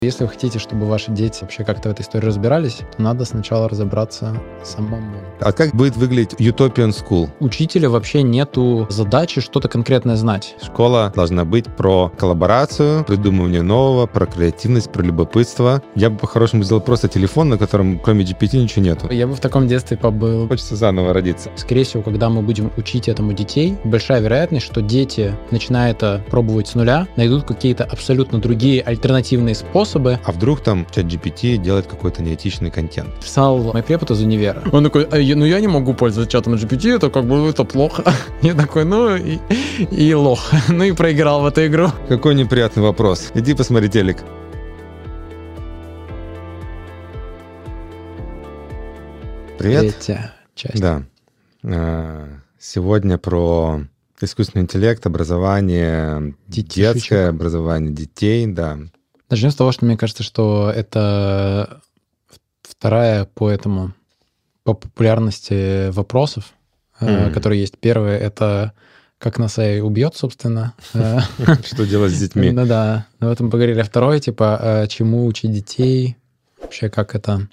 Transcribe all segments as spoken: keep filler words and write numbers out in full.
Если вы хотите, чтобы ваши дети вообще как-то в этой истории разбирались, то надо сначала разобраться самому. А как будет выглядеть Utopian School? Учителя вообще нету задачи что-то конкретное знать. Школа должна быть про коллаборацию, придумывание нового, про креативность, про любопытство. Я бы по-хорошему сделал просто телефон, на котором кроме джи пи ти ничего нету. Я бы в таком детстве побыл. Хочется заново родиться. Скорее всего, когда мы будем учить этому детей, большая вероятность, что дети, начиная это пробовать с нуля, найдут какие-то абсолютно другие альтернативные способы. А вдруг там чат джи пи ти делает какой-то неэтичный контент? Писал мой препод из универа. Он такой, а я, ну я не могу пользоваться чатом джи пи ти, это как бы это плохо. Я такой, ну и, и лох. Ну и проиграл в эту игру. Какой неприятный вопрос. Иди посмотри телек. Привет. Третья часть. Да. Сегодня про искусственный интеллект, образование, Детишечек. детское образование детей, да. Начнем с того, что мне кажется, что это вторая по этому, по популярности вопросов, mm. которые есть. Первое — это как нас эй ай убьет, собственно. Что делать с детьми. Ну да, об этом поговорили. А второе, типа, чему учить детей, вообще как это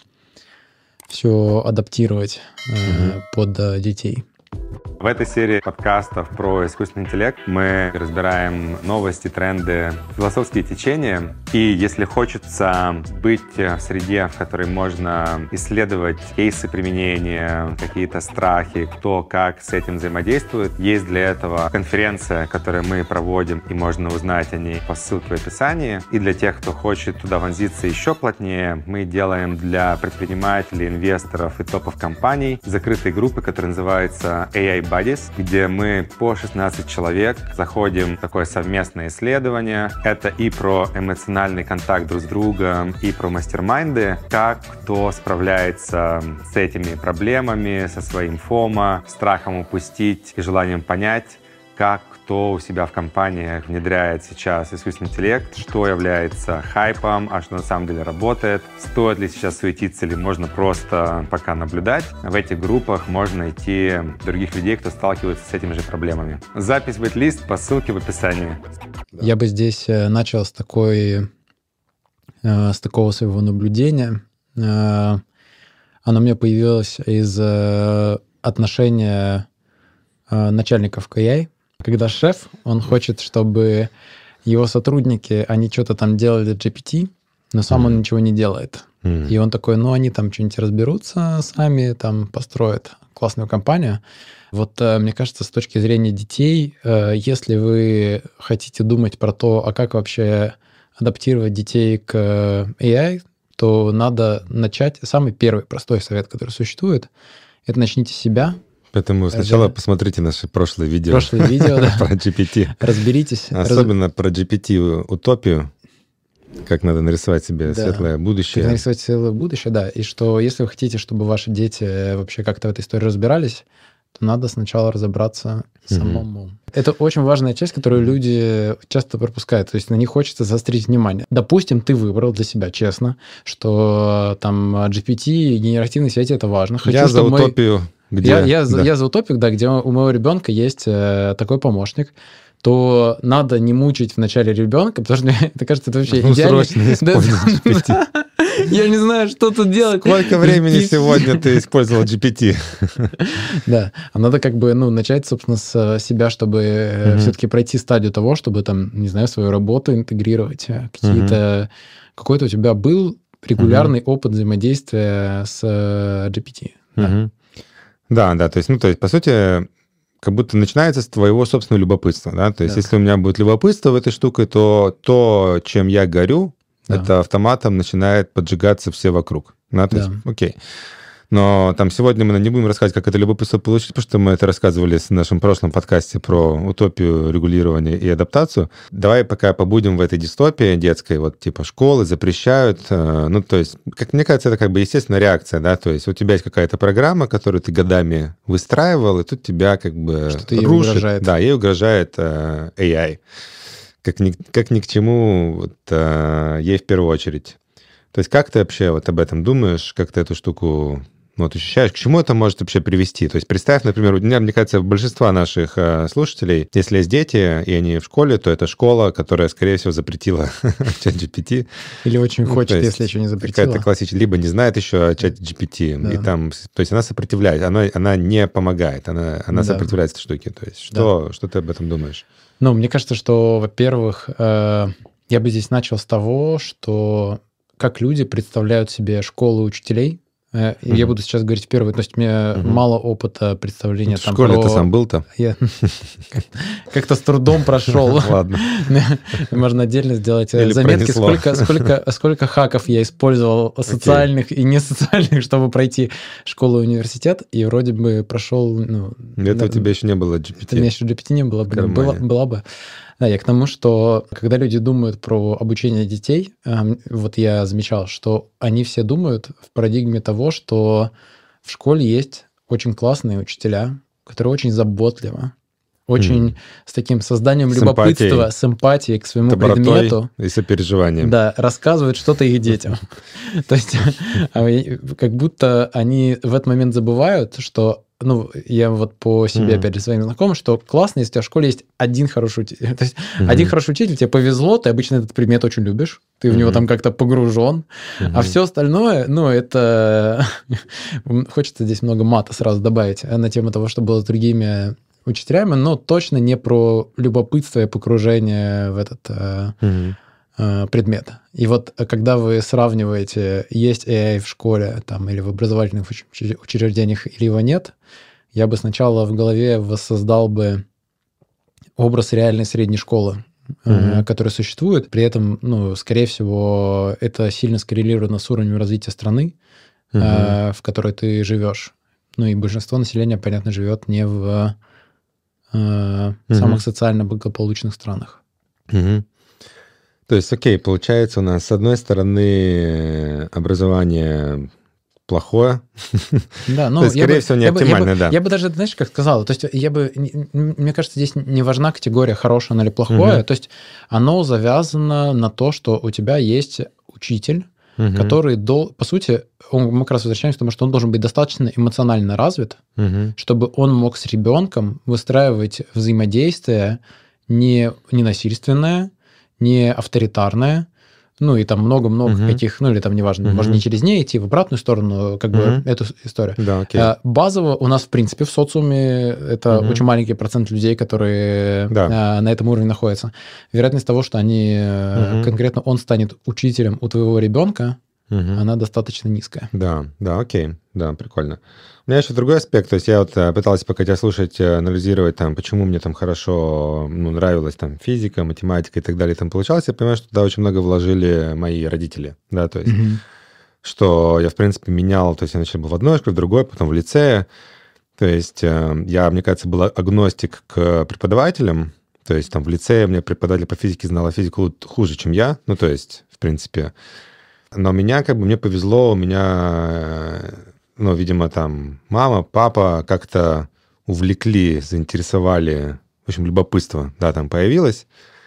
все адаптировать под детей. В этой серии подкастов про искусственный интеллект мы разбираем новости, тренды, философские течения. И если хочется быть в среде, в которой можно исследовать кейсы применения, какие-то страхи, кто как с этим взаимодействует, есть для этого конференция, которую мы проводим, и можно узнать о ней по ссылке в описании. И для тех, кто хочет туда вонзиться еще плотнее, мы делаем для предпринимателей, инвесторов и топов компаний закрытые группы, которые называются эй ай Buddies, где мы по шестнадцать человек заходим в такое совместное исследование. Это и про эмоциональный контакт друг с другом, и про мастер-майнды, как кто справляется с этими проблемами, со своим фомо, страхом упустить и желанием понять, как кто у себя в компаниях внедряет сейчас искусственный интеллект, что является хайпом, а что на самом деле работает, стоит ли сейчас суетиться или можно просто пока наблюдать. В этих группах можно найти других людей, кто сталкивается с этими же проблемами. Запись в вейт-лист по ссылке в описании. Я бы здесь начал с такой, с такого своего наблюдения. Оно у меня появилось из отношения начальников эй ай. Когда шеф, он хочет, чтобы его сотрудники, они что-то там делали джи пи ти, но сам mm. он ничего не делает. Mm. И он такой, ну, они там что-нибудь разберутся сами, там построят классную компанию. Вот мне кажется, с точки зрения детей, если вы хотите думать про то, а как вообще адаптировать детей к эй ай, то надо начать... Самый первый простой совет, который существует, это начните с себя. Поэтому сначала да. посмотрите наши прошлые видео, прошлые видео да. про джи пи ти. Разберитесь. Особенно раз... про джи пи ти-утопию, как надо нарисовать себе да. светлое будущее. Как нарисовать светлое будущее, да. И что если вы хотите, чтобы ваши дети вообще как-то в этой истории разбирались, то надо сначала разобраться самому. Mm-hmm. Это очень важная часть, которую люди часто пропускают. То есть на них хочется заострить внимание. Допустим, ты выбрал для себя честно, что там джи пи ти и генеративные сети — это важно. Хочу, Я за утопию. Мой... Где? Я, я, да. я за утопик, да, где у моего ребенка есть э, такой помощник, то надо не мучить вначале ребенка, потому что мне это кажется, это вообще ну, идеально. Срочно использовать джи пи ти. Я не знаю, что тут делать. Сколько времени сегодня ты использовал джи пи ти? Да, а надо как бы, ну, начать, собственно, с себя, чтобы все-таки пройти стадию того, чтобы там, не знаю, свою работу интегрировать, какие-то... Какой-то у тебя был регулярный опыт взаимодействия с джи пи ти. Да, да, то есть, ну, то есть, по сути, как будто начинается с твоего собственного любопытства, да, то есть, да. если у меня будет любопытство в этой штуке, то то, чем я горю, да. это автоматом начинает поджигаться все вокруг, да, то да. есть, окей. Но там сегодня мы не будем рассказывать, как это любопытство получить, потому что мы это рассказывали в нашем прошлом подкасте про утопию, регулирование и адаптацию. Давай пока побудем в этой дистопии детской, вот типа школы запрещают. Ну, то есть, как мне кажется, это как бы естественная реакция, да, то есть у тебя есть какая-то программа, которую ты годами выстраивал, и тут тебя как бы что-то рушит. Ей угрожает. Да, ей угрожает э, эй ай. Как ни, как ни к чему вот, э, ей в первую очередь. То есть как ты вообще вот об этом думаешь, как ты эту штуку Ну, вот ощущаешь, к чему это может вообще привести? То есть представь, например, у меня, мне кажется, большинства наших э, слушателей, если есть дети, и они в школе, то это школа, которая, скорее всего, запретила чат джи пи ти. Или очень Ну, хочет, то есть если еще не запретила. Какая-то классическая, либо не знает еще о чате джи пи ти. Да. И там, то есть она сопротивляется, она, она не помогает, она, она Да. сопротивляется этой штуке. То есть что, что ты об этом думаешь? Ну, мне кажется, что, во-первых, э, я бы здесь начал с того, что как люди представляют себе школы учителей. Э, Мгм. Я буду сейчас говорить первый, то есть у меня Мгм. мало опыта представления В там школе ты про- сам был-то? Я как-то с трудом прошел. Ладно. Можно отдельно сделать э, Или заметки, пронесло. сколько, сколько, сколько хаков я использовал, социальных и несоциальных, чтобы пройти школу и университет, и вроде бы прошел... Ну, Это у да, тебя еще не было джи пи это у меня ти. еще джи пи ти не было, в блин, кармане. было, была бы. Да, я к тому, что когда люди думают про обучение детей, эм, вот я замечал, что они все думают в парадигме того, что в школе есть очень классные учителя, которые очень заботливо, очень Мгм. с таким созданием С любопытства, эмпатией, с эмпатией к своему Добротой предмету, и сопереживанием. да, рассказывают что-то их детям. То есть а, и как будто они в этот момент забывают, что, ну, я вот по себе, Мгм. опять же, своим знакомым, что классно, если у тебя в школе есть один хороший учитель. То есть Мгм. один хороший учитель, тебе повезло, ты обычно этот предмет очень любишь, ты в него Мгм. там как-то погружен, а Мгм. все остальное, ну, это... Хочется здесь много мата сразу добавить на тему того, что было с другими учителями, но точно не про любопытство и погружение в этот э, Мгм. э, предмет. И вот э, когда вы сравниваете, есть эй ай в школе там, или в образовательных уч- учре- учреждениях, или его нет, я бы сначала в голове воссоздал бы образ реальной средней школы, э, Мгм. которая существует. При этом, ну, скорее всего, это сильно скоррелировано с уровнем развития страны, Мгм. э, в которой ты живешь. Ну и большинство населения, понятно, живет не в э, самых социально благополучных странах. Мгм. То есть, окей, получается у нас, с одной стороны, образование плохое. Да, ну, То есть, я скорее бы- всего, не я бы- я бы- оптимальное, да. Я бы даже, знаешь, как сказал, то есть я бы, н- н- мне кажется, здесь не важна категория хорошее оно или плохое, Мгм. то есть оно завязано на то, что у тебя есть учитель, Мгм. который, дол- по сути, он- мы как раз возвращаемся к тому, что он должен быть достаточно эмоционально развит, Мгм. чтобы он мог с ребенком выстраивать взаимодействие не, не насильственное, не авторитарное, ну и там много-много Мгм. каких, ну или там неважно, Мгм. можно не через ней идти в обратную сторону, как бы Мгм. эту историю. Да, окей. А, Базово у нас, в принципе, в социуме это Мгм. очень маленький процент людей, которые Да. а, на этом уровне находятся. Вероятность того, что они, э, Мгм. конкретно он станет учителем у твоего ребенка, Мгм. она достаточно низкая. Да, да, окей, да, прикольно. У меня еще другой аспект, то есть я вот э, пытался, пока тебя слушать, э, анализировать, там, почему мне там хорошо, ну, нравилась там физика, математика и так далее, там получалось, я понимаю, что туда очень много вложили мои родители, да, то есть, Мгм. что я, в принципе, менял, то есть я сначала был в одной школе, в другой, потом в лицее, то есть э, я, мне кажется, был агностик к преподавателям, то есть там в лицее мне преподаватель по физике знала физику хуже, чем я, ну, то есть, в принципе, но меня, как бы, мне повезло, у меня, э, ну, видимо, там мама, папа как-то увлекли, заинтересовали, в общем, любопытство, да, там появилось.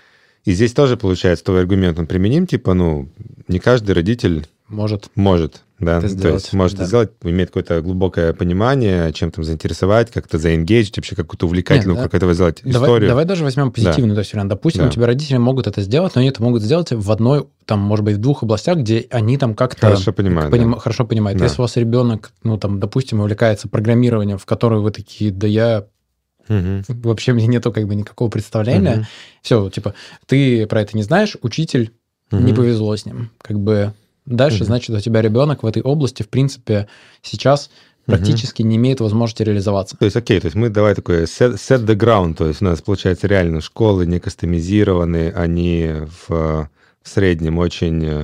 И здесь тоже, получается, твой аргумент, он применим, типа, ну, не каждый родитель Может. может, да, Это то сделать, есть может да. это сделать, имеет какое-то глубокое понимание, чем там заинтересовать, как-то заэнгейджить, вообще какую-то увлекательную, Нет, да. как этого сделать Давай, историю. давай даже возьмем позитивный, то есть вариант. Допустим, Да. у тебя родители могут это сделать, но они это могут сделать в одной, там, может быть, в двух областях, где они там как-то Хорошо понимают, поним- да. хорошо понимают. Да. Если у вас ребенок, ну, там, допустим, увлекается программированием, в которое вы такие, да я Мгм. вообще мне нету как бы никакого представления. Мгм. Все, типа, ты про это не знаешь, учитель, не Мгм. повезло с ним. Как бы дальше, Мгм. значит, у тебя ребенок в этой области, в принципе, сейчас Мгм. практически не имеет возможности реализоваться. То есть, окей, то есть мы давай такой set, set the ground, то есть у нас, получается, реально школы не кастомизированы, они в, в среднем очень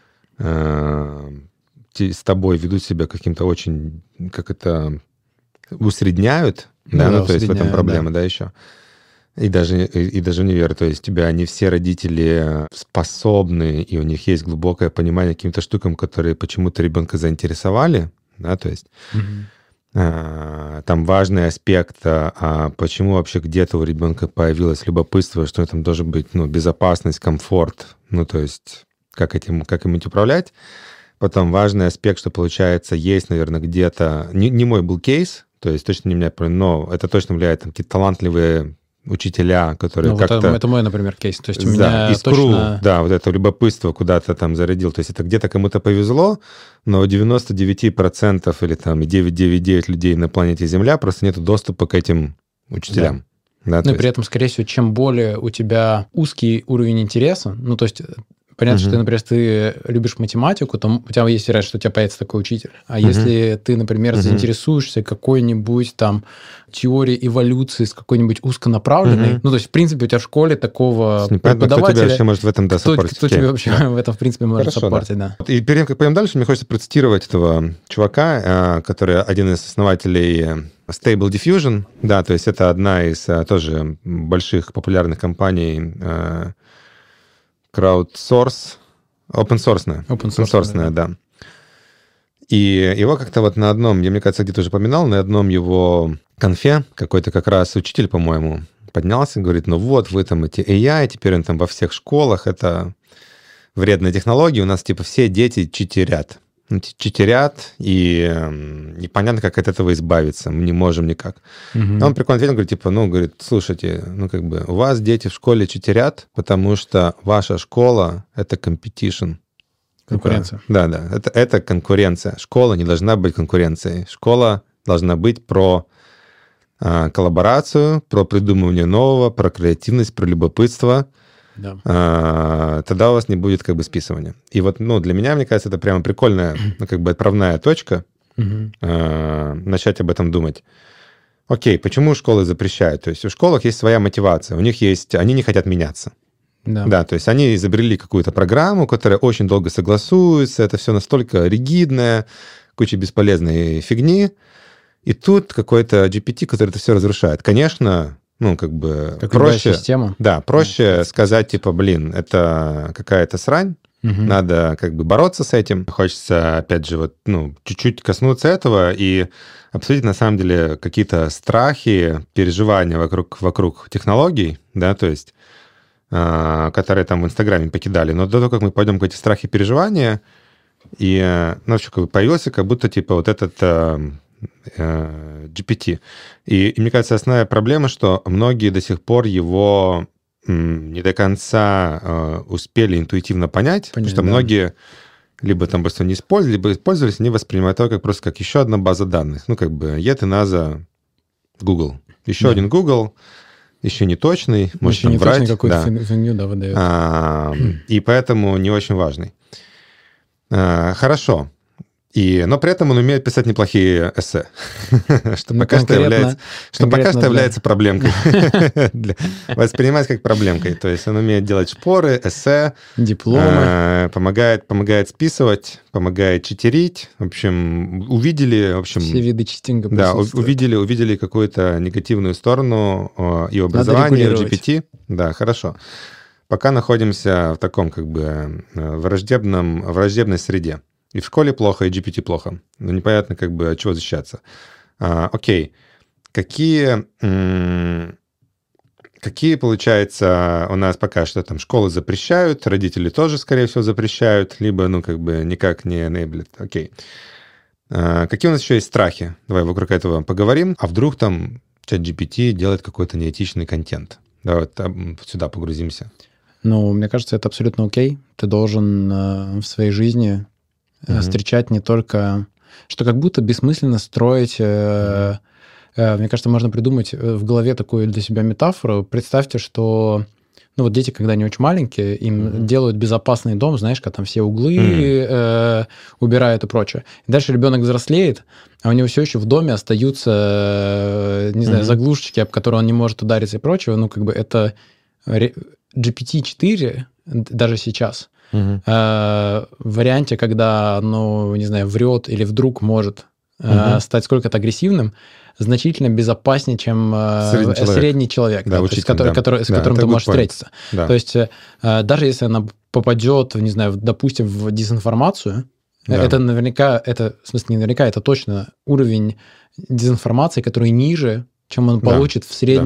э, те- с тобой ведут себя каким-то очень, как это, усредняют, Ну да, да, ну, то есть в этом усредняют, проблема, да, еще. И даже, и, и даже универ, то есть у тебя не все родители способны, и у них есть глубокое понимание каким-то штукам, которые почему-то ребенка заинтересовали, да, то есть Мгм. а, там важный аспект, а, а почему вообще где-то у ребенка появилось любопытство, что там должен быть, ну, безопасность, комфорт, ну, то есть как этим, как им управлять. Потом важный аспект, что получается, есть, наверное, где-то... Не, не мой был кейс, то есть точно не меня, но это точно влияет там, какие-то талантливые учителя, которые ну, как-то... Вот это, это мой, например, кейс. То есть у да, меня искру, точно... да, вот это любопытство куда-то там зародил. То есть это где-то кому-то повезло, но у девяносто девять процентов или там девять целых девяносто девять людей на планете Земля просто нет доступа к этим учителям. Да. Да, ну и есть... при этом, скорее всего, чем более у тебя узкий уровень интереса, ну то есть... Понятно, uh-huh. что ты, например, если ты любишь математику, то у тебя есть вероятность, что у тебя появится такой учитель. А uh-huh. если ты, например, uh-huh. заинтересуешься какой-нибудь там теорией эволюции с какой-нибудь узконаправленной, uh-huh. ну, то есть, в принципе, у тебя в школе такого непонятно, преподавателя... Кто тебя вообще может в этом да, кто, саппортить? Кто тебя вообще да. в этом, в принципе, может Хорошо, саппортить, да. да. И перед тем, как пойдем дальше, мне хочется процитировать этого чувака, который один из основателей Stable Diffusion. Да, то есть это одна из тоже больших популярных компаний краудсорс, open-source, open-source, да. И его как-то вот на одном, я, мне кажется, где-то уже упоминал, на одном его конфе какой-то как раз учитель, по-моему, поднялся и говорит, ну вот, вы там эти эй ай, теперь он там во всех школах, это вредная технология, у нас типа все дети читерят. читерят, и непонятно, как от этого избавиться. Мы не можем никак. Uh-huh. Он прикольно ответил, говорит, типа, ну, говорит, слушайте, ну, как бы, у вас дети в школе читерят, потому что ваша школа — это competition. Конкуренция. Да, да, это, это конкуренция. Школа не должна быть конкуренцией. Школа должна быть про а, коллаборацию, про придумывание нового, про креативность, про любопытство. Да. А, тогда у вас не будет как бы списывания. И вот, ну, для меня, мне кажется, это прямо прикольная, ну, как бы отправная точка, угу. а, начать об этом думать. Окей, почему школы запрещают? То есть у школах есть своя мотивация, у них есть, они не хотят меняться. Да. Да, то есть они изобрели какую-то программу, которая очень долго согласуется, это все настолько ригидное, куча бесполезной фигни, и тут какой-то джи пи ти, который это все разрушает. Конечно, ну, как бы как проще... система. Да, проще да. сказать, типа, блин, это какая-то срань, угу. надо как бы бороться с этим. Хочется, опять же, вот, ну, чуть-чуть коснуться этого и обсудить, на самом деле, какие-то страхи, переживания вокруг, вокруг технологий, да, то есть, э, которые там в Инстаграме покидали. Но до того, как мы пойдем к эти страхи, переживания, и, ну, вообще, как бы появился как будто, типа, вот этот... Э, джи пи ти. И, и мне кажется, основная проблема, что многие до сих пор его м, не до конца э, успели интуитивно понять, понять потому что да. многие либо там просто не использовали, либо использовались, они воспринимают это как просто как еще одна база данных. Ну, как бы Yet и NASA Google. Еще да. один Google, еще не точный, может еще не брать. Точный, какую-то да. фигню да, выдает. А, и поэтому не очень важный. А, хорошо. И, но при этом он умеет писать неплохие эссе, что ну, пока что является, что пока что является для... проблемкой. Воспринимать как проблемкой. То есть он умеет делать шпоры, эссе, дипломы, помогает, помогает списывать, помогает читерить. В общем, увидели... В общем, все виды читинга да, увидели, увидели какую-то негативную сторону и образования, и джи пи ти. Да, хорошо. Пока находимся в таком как бы враждебном, враждебной среде. И в школе плохо, и джи пи ти плохо. Ну, непонятно, как бы, от чего защищаться. А, окей. Какие, м- какие, получается, у нас пока что там школы запрещают, родители тоже, скорее всего, запрещают, либо, ну, как бы, никак не enable. Окей. А, какие у нас еще есть страхи? Давай вокруг этого поговорим. А вдруг там чат джи пи ти делает какой-то неэтичный контент? Давай вот там, сюда погрузимся. Ну, мне кажется, это абсолютно окей. Ты должен э, в своей жизни... Mm-hmm. встречать не только... Что как будто бессмысленно строить... Mm-hmm. Э, мне кажется, можно придумать в голове такую для себя метафору. Представьте, что... Ну вот дети, когда они очень маленькие, им mm-hmm. делают безопасный дом, знаешь, когда там все углы mm-hmm. э, убирают и прочее. И дальше ребенок взрослеет, а у него все еще в доме остаются, не знаю, mm-hmm. заглушечки, об которые он не может удариться и прочее. Ну как бы это джи пи ти четыре даже сейчас... Uh-huh. Э, в варианте, когда оно, не знаю, врет или вдруг может uh-huh. э, стать сколько-то агрессивным, значительно безопаснее, чем э, средний человек, средний человек да, да, учитель, есть, который, да. который, с да, которым ты можешь point. встретиться. Да. То есть э, даже если она попадет, не знаю, допустим, в дезинформацию, да. это наверняка, это, в смысле, не наверняка, это точно уровень дезинформации, который ниже, чем он получит да. в среднем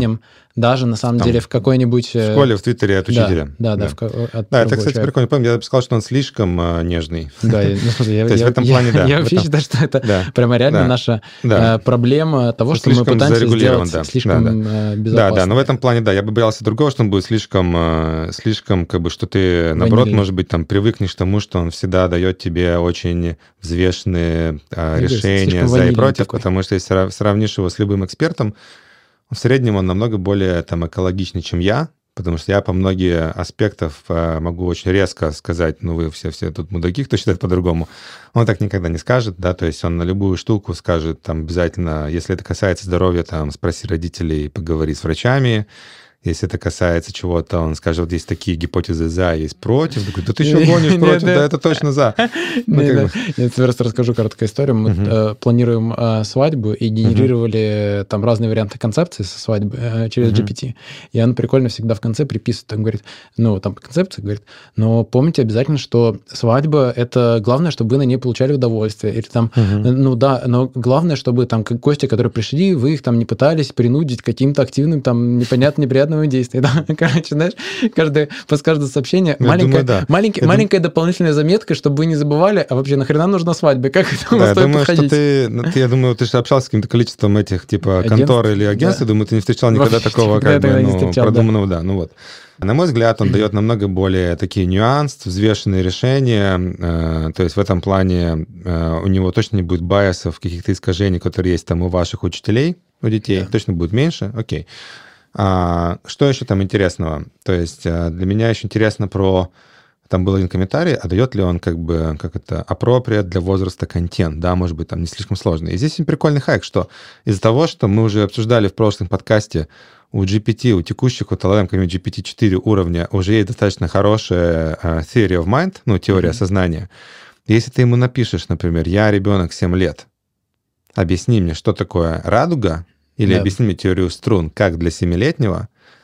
даже на самом Там, деле в какой-нибудь... В школе, в Твиттере от учителя. Да, да. Да, да, в, от да это, кстати, человека. прикольно. Помню, я бы сказал, что он слишком э, нежный. Да, я, ну, смотри, я, То есть я, в этом я, плане, да. Я вообще этом... считаю, что это да. прямо реально да. наша да. Э, проблема того, что, что мы пытаемся сделать да. слишком да, да. безопасно. Да, да, но в этом плане, да, я бы боялся другого, что он будет слишком, э, слишком, как бы, что ты, наоборот, Ванильный. Может быть, там, привыкнешь к тому, что он всегда дает тебе очень взвешенные э, решения за и против, такой. Потому что если сравнишь его с любым экспертом, в среднем он намного более там экологичный, чем я, потому что я по многие аспектов э, могу очень резко сказать, ну вы все, все тут мудаки, кто считает по-другому. Он так никогда не скажет, да, то есть он на любую штуку скажет, там, обязательно, если это касается здоровья, там, спроси родителей, поговори с врачами. Если это касается чего-то, он скажет, вот есть такие гипотезы за, есть против. Такой, да ты еще гонишь против, да это точно за. Я тебе просто расскажу короткую историю. Мы планируем свадьбу и генерировали там разные варианты концепции со свадьбы через джи пи ти. И он прикольно всегда в конце приписывает, он говорит, ну, там концепция, говорит, но помните обязательно, что свадьба — это главное, чтобы вы на ней получали удовольствие. Или там, ну да, но главное, чтобы там гости, которые пришли, вы их там не пытались принудить каким-то активным, там, непонятно, неприятным действий. Да? Короче, знаешь, каждое, после каждого сообщения маленькая, думаю, да. маленькая, маленькая думаю... дополнительная заметка, чтобы вы не забывали, а вообще нахрена нужна свадьба, как к этому да, стоит думаю, подходить. Что ты, ну, ты, я думаю, ты же общался с каким-то количеством этих, типа, контор или агентств, да. Думаю, ты не встречал никогда вообще, такого, как бы, ну, встречал, продуманного, да. да, ну вот. На мой взгляд, он дает намного более такие нюансы, взвешенные решения, э, то есть в этом плане э, у него точно не будет байесов, каких-то искажений, которые есть там у ваших учителей, у детей, да. Точно будет меньше, окей. А, что еще там интересного? То есть для меня еще интересно про... Там был один комментарий, а дает ли он как бы, как это, appropriate для возраста контент, да, может быть, там не слишком сложный. И здесь прикольный хайк, что из-за того, что мы уже обсуждали в прошлом подкасте, у джи пи ти, у текущих, вот эл эл эм, как джи пи ти четыре уровня, уже есть достаточно хорошая uh, theory of mind, ну, теория mm-hmm. сознания. Если ты ему напишешь, например, я ребенок семь лет, объясни мне, что такое радуга, или да. объясни мне теорию струн, как для семилетнего,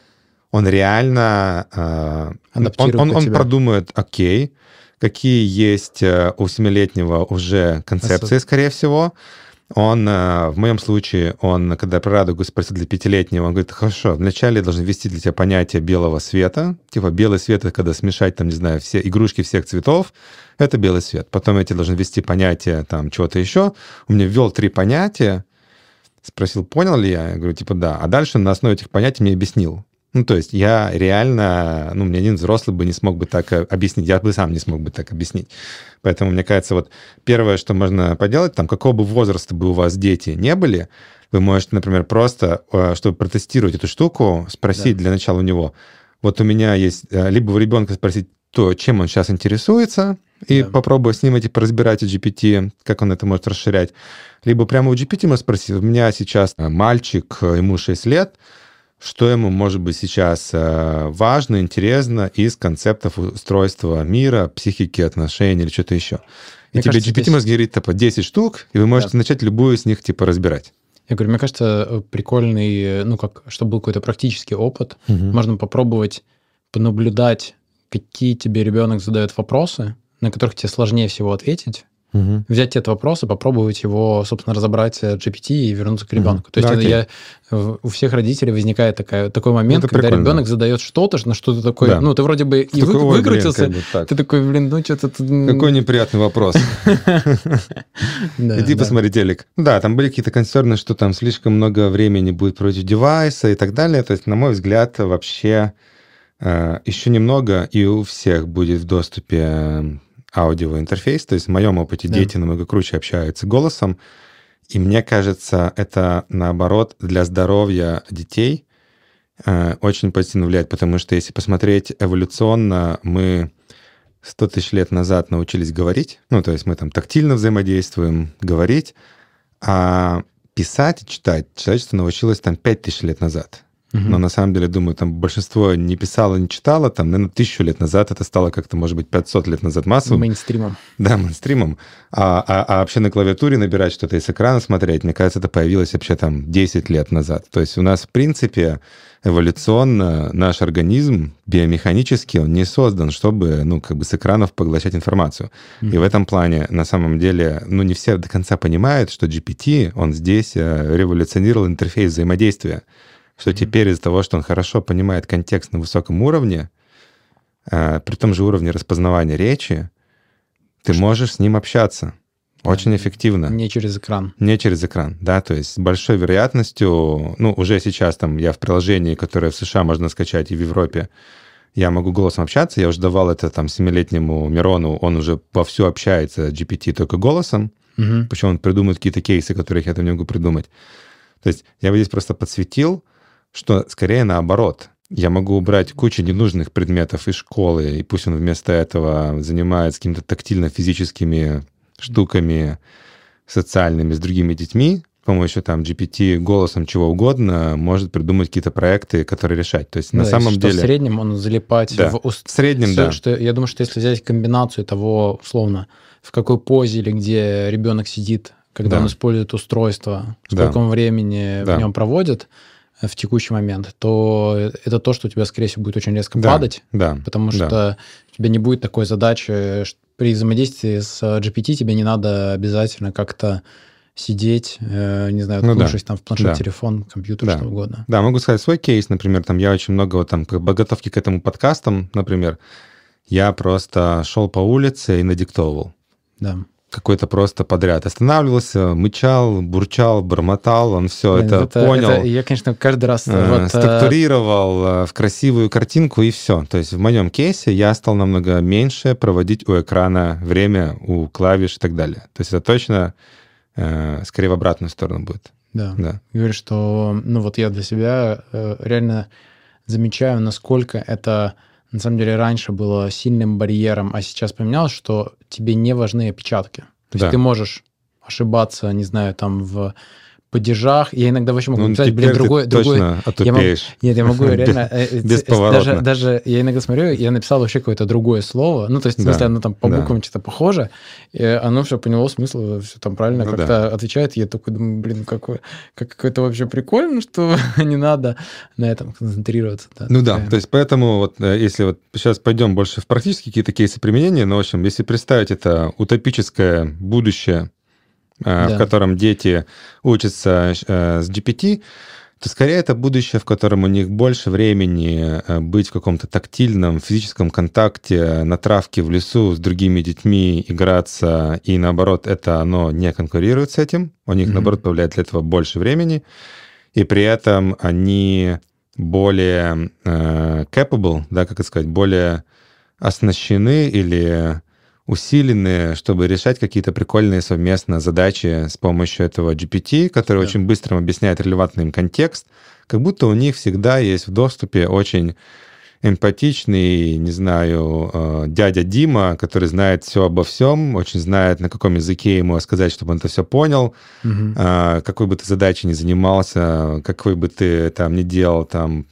он реально э, он, он, он продумает, окей, какие есть у семилетнего уже концепции, скорее всего. Он, э, в моем случае, он, когда про радугу спросил для пятилетнего, он говорит, хорошо, вначале я должен ввести для тебя понятие белого света. Типа белый свет — это когда смешать, там, не знаю, все игрушки всех цветов, это белый свет. Потом я тебе должен ввести понятие там чего-то еще. Он мне ввел три понятия, спросил, понял ли я? Я говорю, типа, да. А дальше на основе этих понятий мне объяснил. Ну, то есть я реально, ну, мне один взрослый бы не смог бы так объяснить, я бы сам не смог бы так объяснить. Поэтому, мне кажется, вот первое, что можно поделать, там, какого бы возраста бы у вас дети не были, вы можете, например, просто, чтобы протестировать эту штуку, спросить да. для начала у него, вот у меня есть, либо у ребенка спросить то, чем он сейчас интересуется, и да. попробовать с ним эти поразбирать у джи пи ти, как он это может расширять. Либо прямо у джи пи ти можно спросить, у меня сейчас мальчик, ему шесть лет, что ему может быть сейчас важно, интересно из концептов устройства мира, психики, отношений или что-то еще. И мне тебе кажется, джи пи ти здесь... может говорить типа десять штук, и вы можете да. начать любую из них типа разбирать. Я говорю, мне кажется, прикольный, ну как, чтобы был какой-то практический опыт, угу. можно попробовать понаблюдать, какие тебе ребенок задает вопросы, на которых тебе сложнее всего ответить, угу. взять этот вопрос и попробовать его, собственно, разобрать джи пи ти и вернуться к ребенку. Угу. То есть да, это я, у всех родителей возникает такая, такой момент, это когда прикольно. Ребенок задает что-то, на что ты такой, да. ну, ты вроде бы ты и такой, вы, выкрутился, блин, как бы ты такой, блин, ну, что-то... Какой неприятный вопрос. Иди посмотри телек. Да, там были какие-то концерны, что там слишком много времени будет против девайса и так далее. То есть, на мой взгляд, вообще еще немного, и у всех будет в доступе аудиоинтерфейс, то есть в моем опыте да. дети намного круче общаются голосом, и мне кажется, это, наоборот, для здоровья детей э, очень позитивно влияет, потому что если посмотреть эволюционно, мы сто тысяч лет назад научились говорить, ну, то есть мы там тактильно взаимодействуем, говорить, а писать и читать человечество научилось там пять тысяч лет назад. Но на самом деле, думаю, там большинство не писало, не читало, там, наверное, тысячу лет назад это стало как-то, может быть, пятьсот лет назад массовым. Мейнстримом. Да, мейнстримом. А, а, а вообще на клавиатуре набирать что-то из экрана смотреть, мне кажется, это появилось вообще там десять лет назад. То есть у нас, в принципе, эволюционно наш организм биомеханически, он не создан, чтобы, ну, как бы с экранов поглощать информацию. Mm-hmm. И в этом плане, на самом деле, ну, не все до конца понимают, что джи пи ти, он здесь революционировал интерфейс взаимодействия. что mm-hmm. теперь из-за того, что он хорошо понимает контекст на высоком уровне, э, при том же уровне распознавания речи, ты что? можешь с ним общаться очень да. эффективно. Не через экран. Не через экран, да, то есть с большой вероятностью, ну, уже сейчас там я в приложении, которое в США можно скачать и в Европе, я могу голосом общаться, я уже давал это там семилетнему Мирону, он уже вовсю общается джи пи ти только голосом, угу. причем он придумывает какие-то кейсы, которых я там не могу придумать. То есть я бы здесь просто подсветил, что скорее наоборот. Я могу убрать кучу ненужных предметов из школы, и пусть он вместо этого занимается какими-то тактильно-физическими штуками социальными с другими детьми, с помощью там джи пи ти голосом чего угодно может придумать какие-то проекты, которые решать. То есть да, на самом что деле... в среднем он залипать да, в... Уст... в среднем, Все, да. Что, я думаю, что если взять комбинацию того, условно, в какой позе или где ребенок сидит, когда да. он использует устройство, сколько да. он времени да. в нем проводит в текущий момент, то это то, что у тебя, скорее всего, будет очень резко да. падать, да. потому да. что у тебя не будет такой задачи, что при взаимодействии с джи пи ти тебе не надо обязательно как-то сидеть, э, не знаю, уткнувшись ну, да. там в планшет, да. телефон, компьютер, да. что угодно. Да, могу сказать свой кейс, например, там я очень много вот там, как подготовки к этому подкастам, например, я просто шел по улице и надиктовывал. Да. Какой-то просто подряд. Останавливался, мычал, бурчал, бормотал, он все это, это понял. Это, я, конечно, каждый раз... Э, вот, структурировал э, в красивую картинку, и все. То есть в моем кейсе я стал намного меньше проводить у экрана время, у клавиш и так далее. То есть это точно э, скорее в обратную сторону будет. Да. да. Говорю, что ну вот я для себя э, реально замечаю, насколько это... На самом деле раньше было сильным барьером, а сейчас поменялось, что тебе не важны опечатки. То да. есть ты можешь ошибаться, не знаю, там в падежах. Я иногда вообще могу ну, написать, блин, другой... другой... Я могу... Нет, я могу реально... Бесповоротно. Даже, даже я иногда смотрю, я написал вообще какое-то другое слово. Ну, то есть, в смысле, да. оно там по буквам да. что-то похоже, и оно все поняло смысл, все там правильно ну, как-то да. отвечает. И я такой думаю, блин, какое, как это вообще прикольно, что не надо на этом концентрироваться. Да, ну такая. Да, то есть поэтому вот если вот сейчас пойдем больше в практические какие-то кейсы применения, ну, в общем, если представить это утопическое будущее, да. в котором дети учатся э, с джи пи ти, то скорее это будущее, в котором у них больше времени быть в каком-то тактильном, физическом контакте, на травке в лесу с другими детьми, играться, и наоборот, это оно не конкурирует с этим, у них, mm-hmm. наоборот, появляется для этого больше времени, и при этом они более э, capable, да, как это сказать, более оснащены или... усиленные, чтобы решать какие-то прикольные совместно задачи с помощью этого джи пи ти, который да. очень быстро объясняет релевантный им контекст, как будто у них всегда есть в доступе очень эмпатичный, не знаю, дядя Дима, который знает все обо всем, очень знает, на каком языке ему сказать, чтобы он это все понял, угу. какой бы ты задачей ни занимался, какой бы ты там ни делал, там,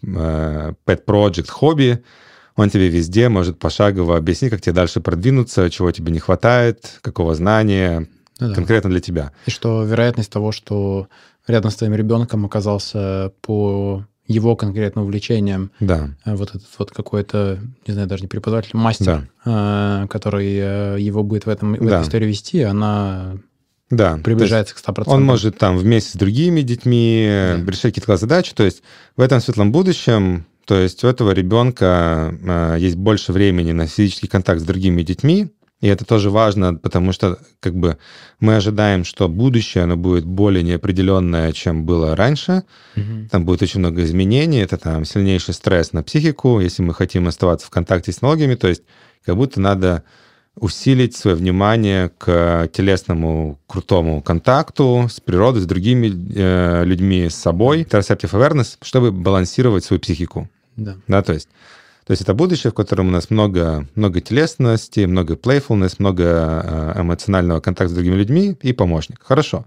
pet project, хобби, он тебе везде может пошагово объяснить, как тебе дальше продвинуться, чего тебе не хватает, какого знания ну, да. конкретно для тебя. И что вероятность того, что рядом с твоим ребенком оказался по его конкретным увлечениям да. вот этот вот какой-то, не знаю, даже не преподаватель, мастер, да. который его будет в, этом, в да. этой истории вести, она... Да, приближается к ста процентам. Он может там вместе с другими детьми да. решать какие-то задачи. То есть в этом светлом будущем, то есть у этого ребенка э, есть больше времени на физический контакт с другими детьми, и это тоже важно, потому что как бы мы ожидаем, что будущее оно будет более неопределенное, чем было раньше. Mm-hmm. Там будет очень много изменений, это там сильнейший стресс на психику, если мы хотим оставаться в контакте с технологиями, то есть как будто надо усилить свое внимание к телесному крутому контакту с природой, с другими э, людьми, с собой, receptive awareness, чтобы балансировать свою психику. Да. Да, то есть, то есть это будущее, в котором у нас много, много телесности, много playfulness, много эмоционального контакта с другими людьми и помощник. Хорошо.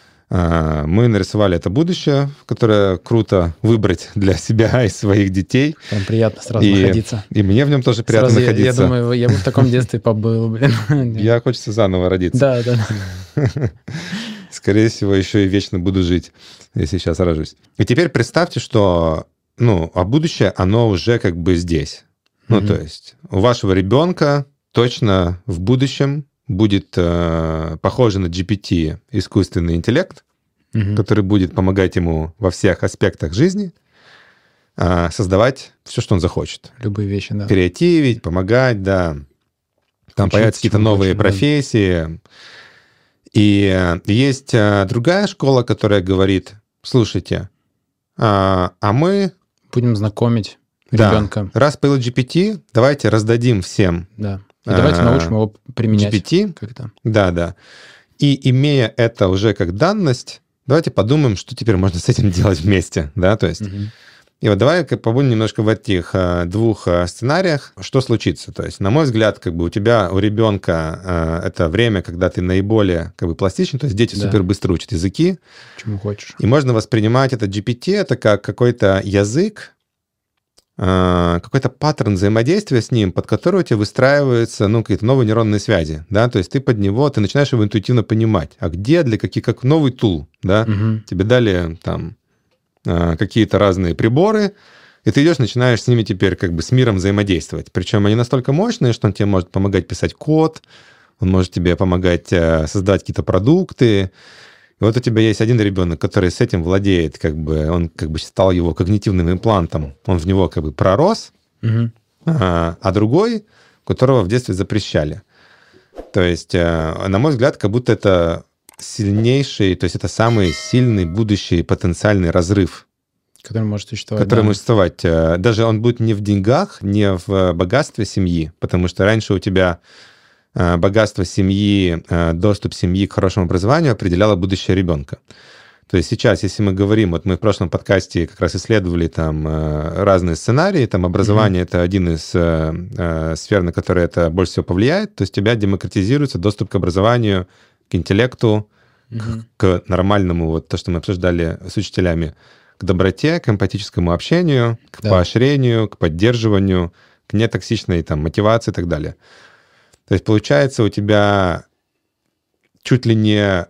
Мы нарисовали это будущее, которое круто выбрать для себя и своих детей. Прям приятно сразу и, находиться. И мне в нем тоже приятно сразу находиться. Я, я думаю, я бы в таком детстве побыл, блин. Я хочется заново родиться. Да, да. Скорее всего, еще и вечно буду жить, если сейчас рожусь. И теперь представьте, что ну, а будущее, оно уже как бы здесь. Ну, mm-hmm. то есть у вашего ребенка точно в будущем будет э, похоже на джи пи ти искусственный интеллект, mm-hmm. который будет помогать ему во всех аспектах жизни. создавать все, что он захочет. Любые вещи, да. Креативить, помогать, да. Там учиться, появятся какие-то новые хочешь, профессии. Да. И есть другая школа, которая говорит, слушайте, а, а мы... Будем знакомить да, ребенка. Раз появился джи пи ти, давайте раздадим всем. Да. И давайте а, научим его применять. джи пи ти. Как-то. Да, да. И имея это уже как данность, давайте подумаем, что теперь можно с этим делать вместе. Да, то есть... Угу. И вот давай побудем немножко в этих а, двух а, сценариях, что случится. То есть, на мой взгляд, как бы у тебя, у ребенка а, это время, когда ты наиболее как бы пластичен, то есть дети да. супер быстро учат языки. Чему хочешь. И можно воспринимать это джи пи ти, это как какой-то язык, а, какой-то паттерн взаимодействия с ним, под который у тебя выстраиваются ну, какие-то новые нейронные связи. Да? То есть ты под него, ты начинаешь его интуитивно понимать. А где, для каких, как новый тул. Да? Угу. Тебе дали там... какие-то разные приборы, и ты идешь, начинаешь с ними теперь как бы с миром взаимодействовать. Причем они настолько мощные, что он тебе может помогать писать код, он может тебе помогать создавать какие-то продукты. И вот у тебя есть один ребенок, который с этим владеет, как бы он как бы стал его когнитивным имплантом, он в него как бы пророс, угу. а, а другой, которого в детстве запрещали. То есть, на мой взгляд, как будто это сильнейший, то есть это самый сильный будущий потенциальный разрыв. Который может существовать. Который да. может существовать. Даже он будет не в деньгах, не в богатстве семьи, потому что раньше у тебя богатство семьи, доступ семьи к хорошему образованию определяло будущее ребенка. То есть сейчас, если мы говорим, вот мы в прошлом подкасте как раз исследовали там разные сценарии, там образование mm-hmm. это один из сфер, на которые это больше всего повлияет, то есть у тебя демократизируется доступ к образованию, к интеллекту, mm-hmm. к, к нормальному, вот то, что мы обсуждали с учителями, к доброте, к эмпатическому общению, к да. поощрению, к поддерживанию, к нетоксичной там, мотивации и так далее. То есть получается у тебя чуть ли не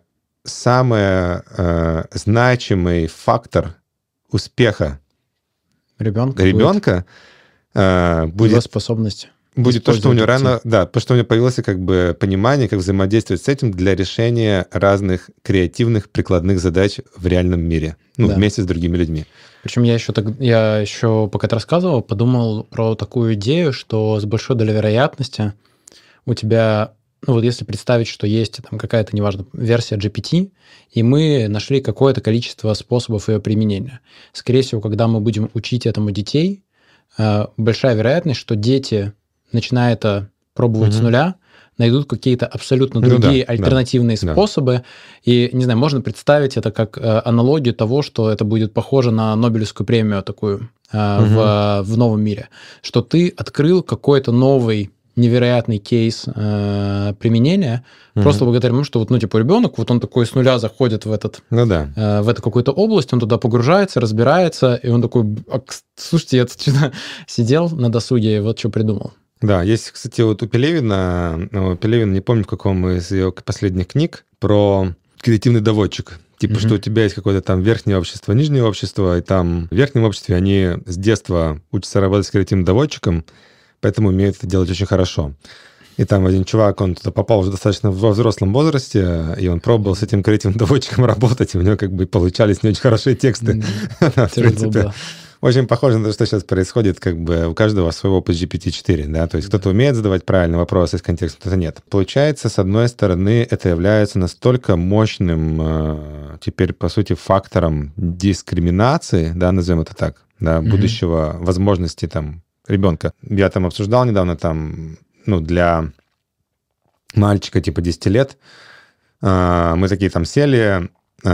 самый э, значимый фактор успеха ребенка, ребенка будет, э, будет его способность. Будет то, что у него рано, да, то, что у него появилось как бы понимание, как взаимодействовать с этим для решения разных креативных прикладных задач в реальном мире, ну, да. вместе с другими людьми. Причем я еще, так, я еще, пока ты рассказывал, подумал про такую идею, что с большой долей вероятности у тебя, ну вот если представить, что есть там какая-то, неважно, версия джи пи ти, и мы нашли какое-то количество способов ее применения. Скорее всего, когда мы будем учить этому детей, большая вероятность, что дети, начиная это пробовать mm-hmm. с нуля, найдут какие-то абсолютно другие ну, да, альтернативные да, способы. Да. И, не знаю, можно представить это как э, аналогию того, что это будет похоже на Нобелевскую премию такую э, mm-hmm. в, в новом мире. Что ты открыл какой-то новый невероятный кейс э, применения, mm-hmm. просто благодаря тому, что вот, ну, типа, ребенок, вот он такой с нуля заходит в, этот, ну, да. э, в эту какую-то область, он туда погружается, разбирается, и он такой, а, слушайте, я тут что-то сидел на досуге и вот что придумал. Да, есть, кстати, вот у Пелевина, у Пелевина, не помню, в каком из ее последних книг, про креативный доводчик. Типа, mm-hmm. что у тебя есть какое-то там верхнее общество, нижнее общество, и там в верхнем обществе они с детства учатся работать с креативным доводчиком, поэтому умеют это делать очень хорошо. И там один чувак, он туда попал уже достаточно во взрослом возрасте, и он пробовал с этим креативным доводчиком работать, и у него как бы получались не очень хорошие тексты. Mm-hmm. В принципе. Очень похоже на то, что сейчас происходит, как бы у каждого своего опыт джи пи ти четыре, да, то есть кто-то умеет задавать правильные вопросы из контекста, кто-то нет. Получается, с одной стороны, это является настолько мощным э, теперь, по сути, фактором дискриминации, да, назовем это так, да, mm-hmm. будущего возможности там ребенка. Я там обсуждал недавно там, ну, для мальчика типа десять лет, э, мы такие там сели,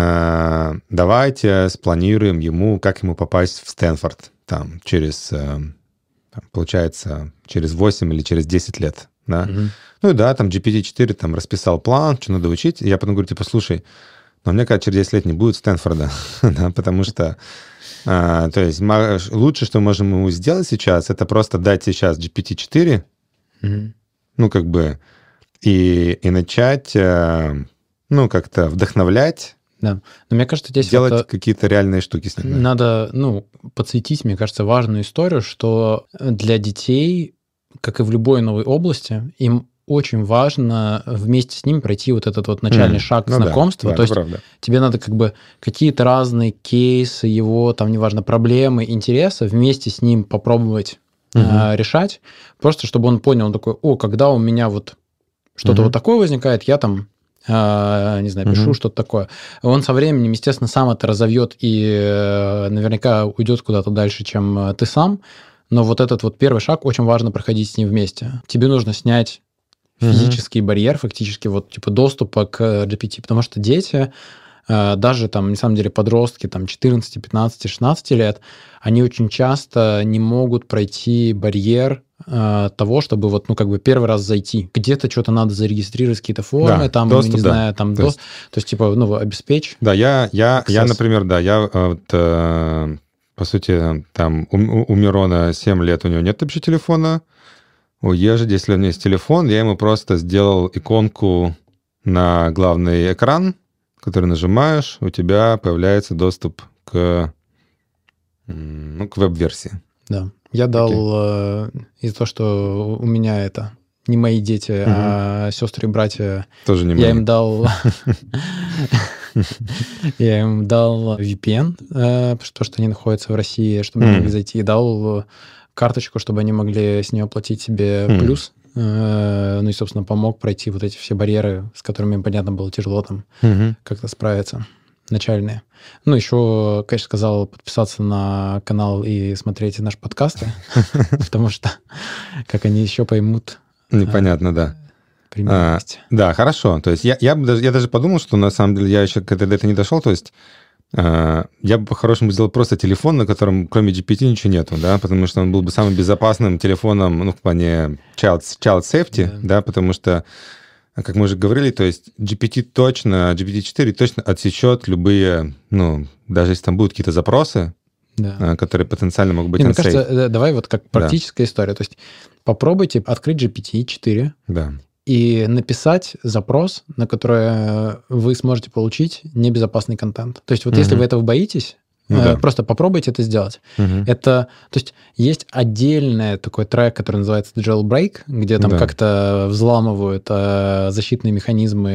давайте спланируем ему, как ему попасть в Стэнфорд там через, получается, через восемь или через десять лет, да. Mm-hmm. Ну и да, там джи пи ти четыре там расписал план, что надо учить. И я потом говорю, типа, слушай, но мне кажется, через десять лет не будет Стэнфорда, да, потому что, а, то есть лучше, что мы можем ему сделать сейчас, это просто дать сейчас джи пи ти четыре, mm-hmm. ну как бы, и, и начать, ну как-то вдохновлять. Да, но мне кажется, здесь делать это какие-то реальные штуки с ними. Надо, ну, подсветить, мне кажется, важную историю, что для детей, как и в любой новой области, им очень важно вместе с ним пройти вот этот вот начальный mm. шаг ну знакомства. Да, То есть правда. тебе надо как бы какие-то разные кейсы, его там, неважно, проблемы, интересы вместе с ним попробовать mm-hmm. э, решать, просто чтобы он понял, он такой, о, когда у меня вот что-то mm-hmm. вот такое возникает, я там, э, не знаю, пишу mm-hmm. что-то такое. Он со временем, естественно, сам это разовьет и э, наверняка уйдет куда-то дальше, чем ты сам. Но вот этот вот первый шаг очень важно проходить с ним вместе. Тебе нужно снять физический mm-hmm. барьер, фактически вот типа доступа к джи пи ти, потому что дети, даже там, на самом деле, подростки там четырнадцать, пятнадцать, шестнадцать лет, они очень часто не могут пройти барьер э, того, чтобы вот, ну, как бы первый раз зайти. Где-то что-то надо зарегистрировать, какие-то формы, да, там, доступ, не да. знаю, там, то есть, до... то есть типа, ну, обеспечь. Да, я, я, я например, да, я вот, э, по сути, там, у, у Мирона семь лет, у него нет вообще телефона. У Ежи, если у него есть телефон, я ему просто сделал иконку на главный экран, который нажимаешь, у тебя появляется доступ к, ну, к веб-версии. Да. Я дал okay. э, из-за того, что у меня это не мои дети, угу. а сестры и братья. Тоже не мои. Я им дал... Я им дал ви пи эн, потому что они находятся в России, чтобы они могли зайти, и дал карточку, чтобы они могли с нее оплатить себе плюс. Ну и, собственно, помог пройти вот эти все барьеры, с которыми, понятно, было тяжело там как-то справиться, начальные. Ну, еще, конечно, сказал подписаться на канал и смотреть наши подкасты, потому что как они еще поймут... Непонятно, да. А, да, хорошо. То есть я, я, даже, я даже подумал, что на самом деле я еще к этой не дошел. То есть э, я бы по-хорошему сделал просто телефон, на котором кроме джи пи ти ничего нету, да, потому что он был бы самым безопасным телефоном, ну, в плане child, child safety, yeah. да, потому что, как мы уже говорили, то есть джи пи ти точно, джи пи ти четыре точно отсечет любые, ну, даже если там будут какие-то запросы, да. которые потенциально могут быть unsafe. Мне кажется, давай вот как практическая да. история. То есть попробуйте открыть джи пи ти четыре. Да. И написать запрос, на который вы сможете получить небезопасный контент. То есть вот угу. если вы этого боитесь, ну, да. просто попробуйте это сделать. Угу. Это, то есть есть отдельный такой трек, который называется Jailbreak, где там да. как-то взламывают э, защитные механизмы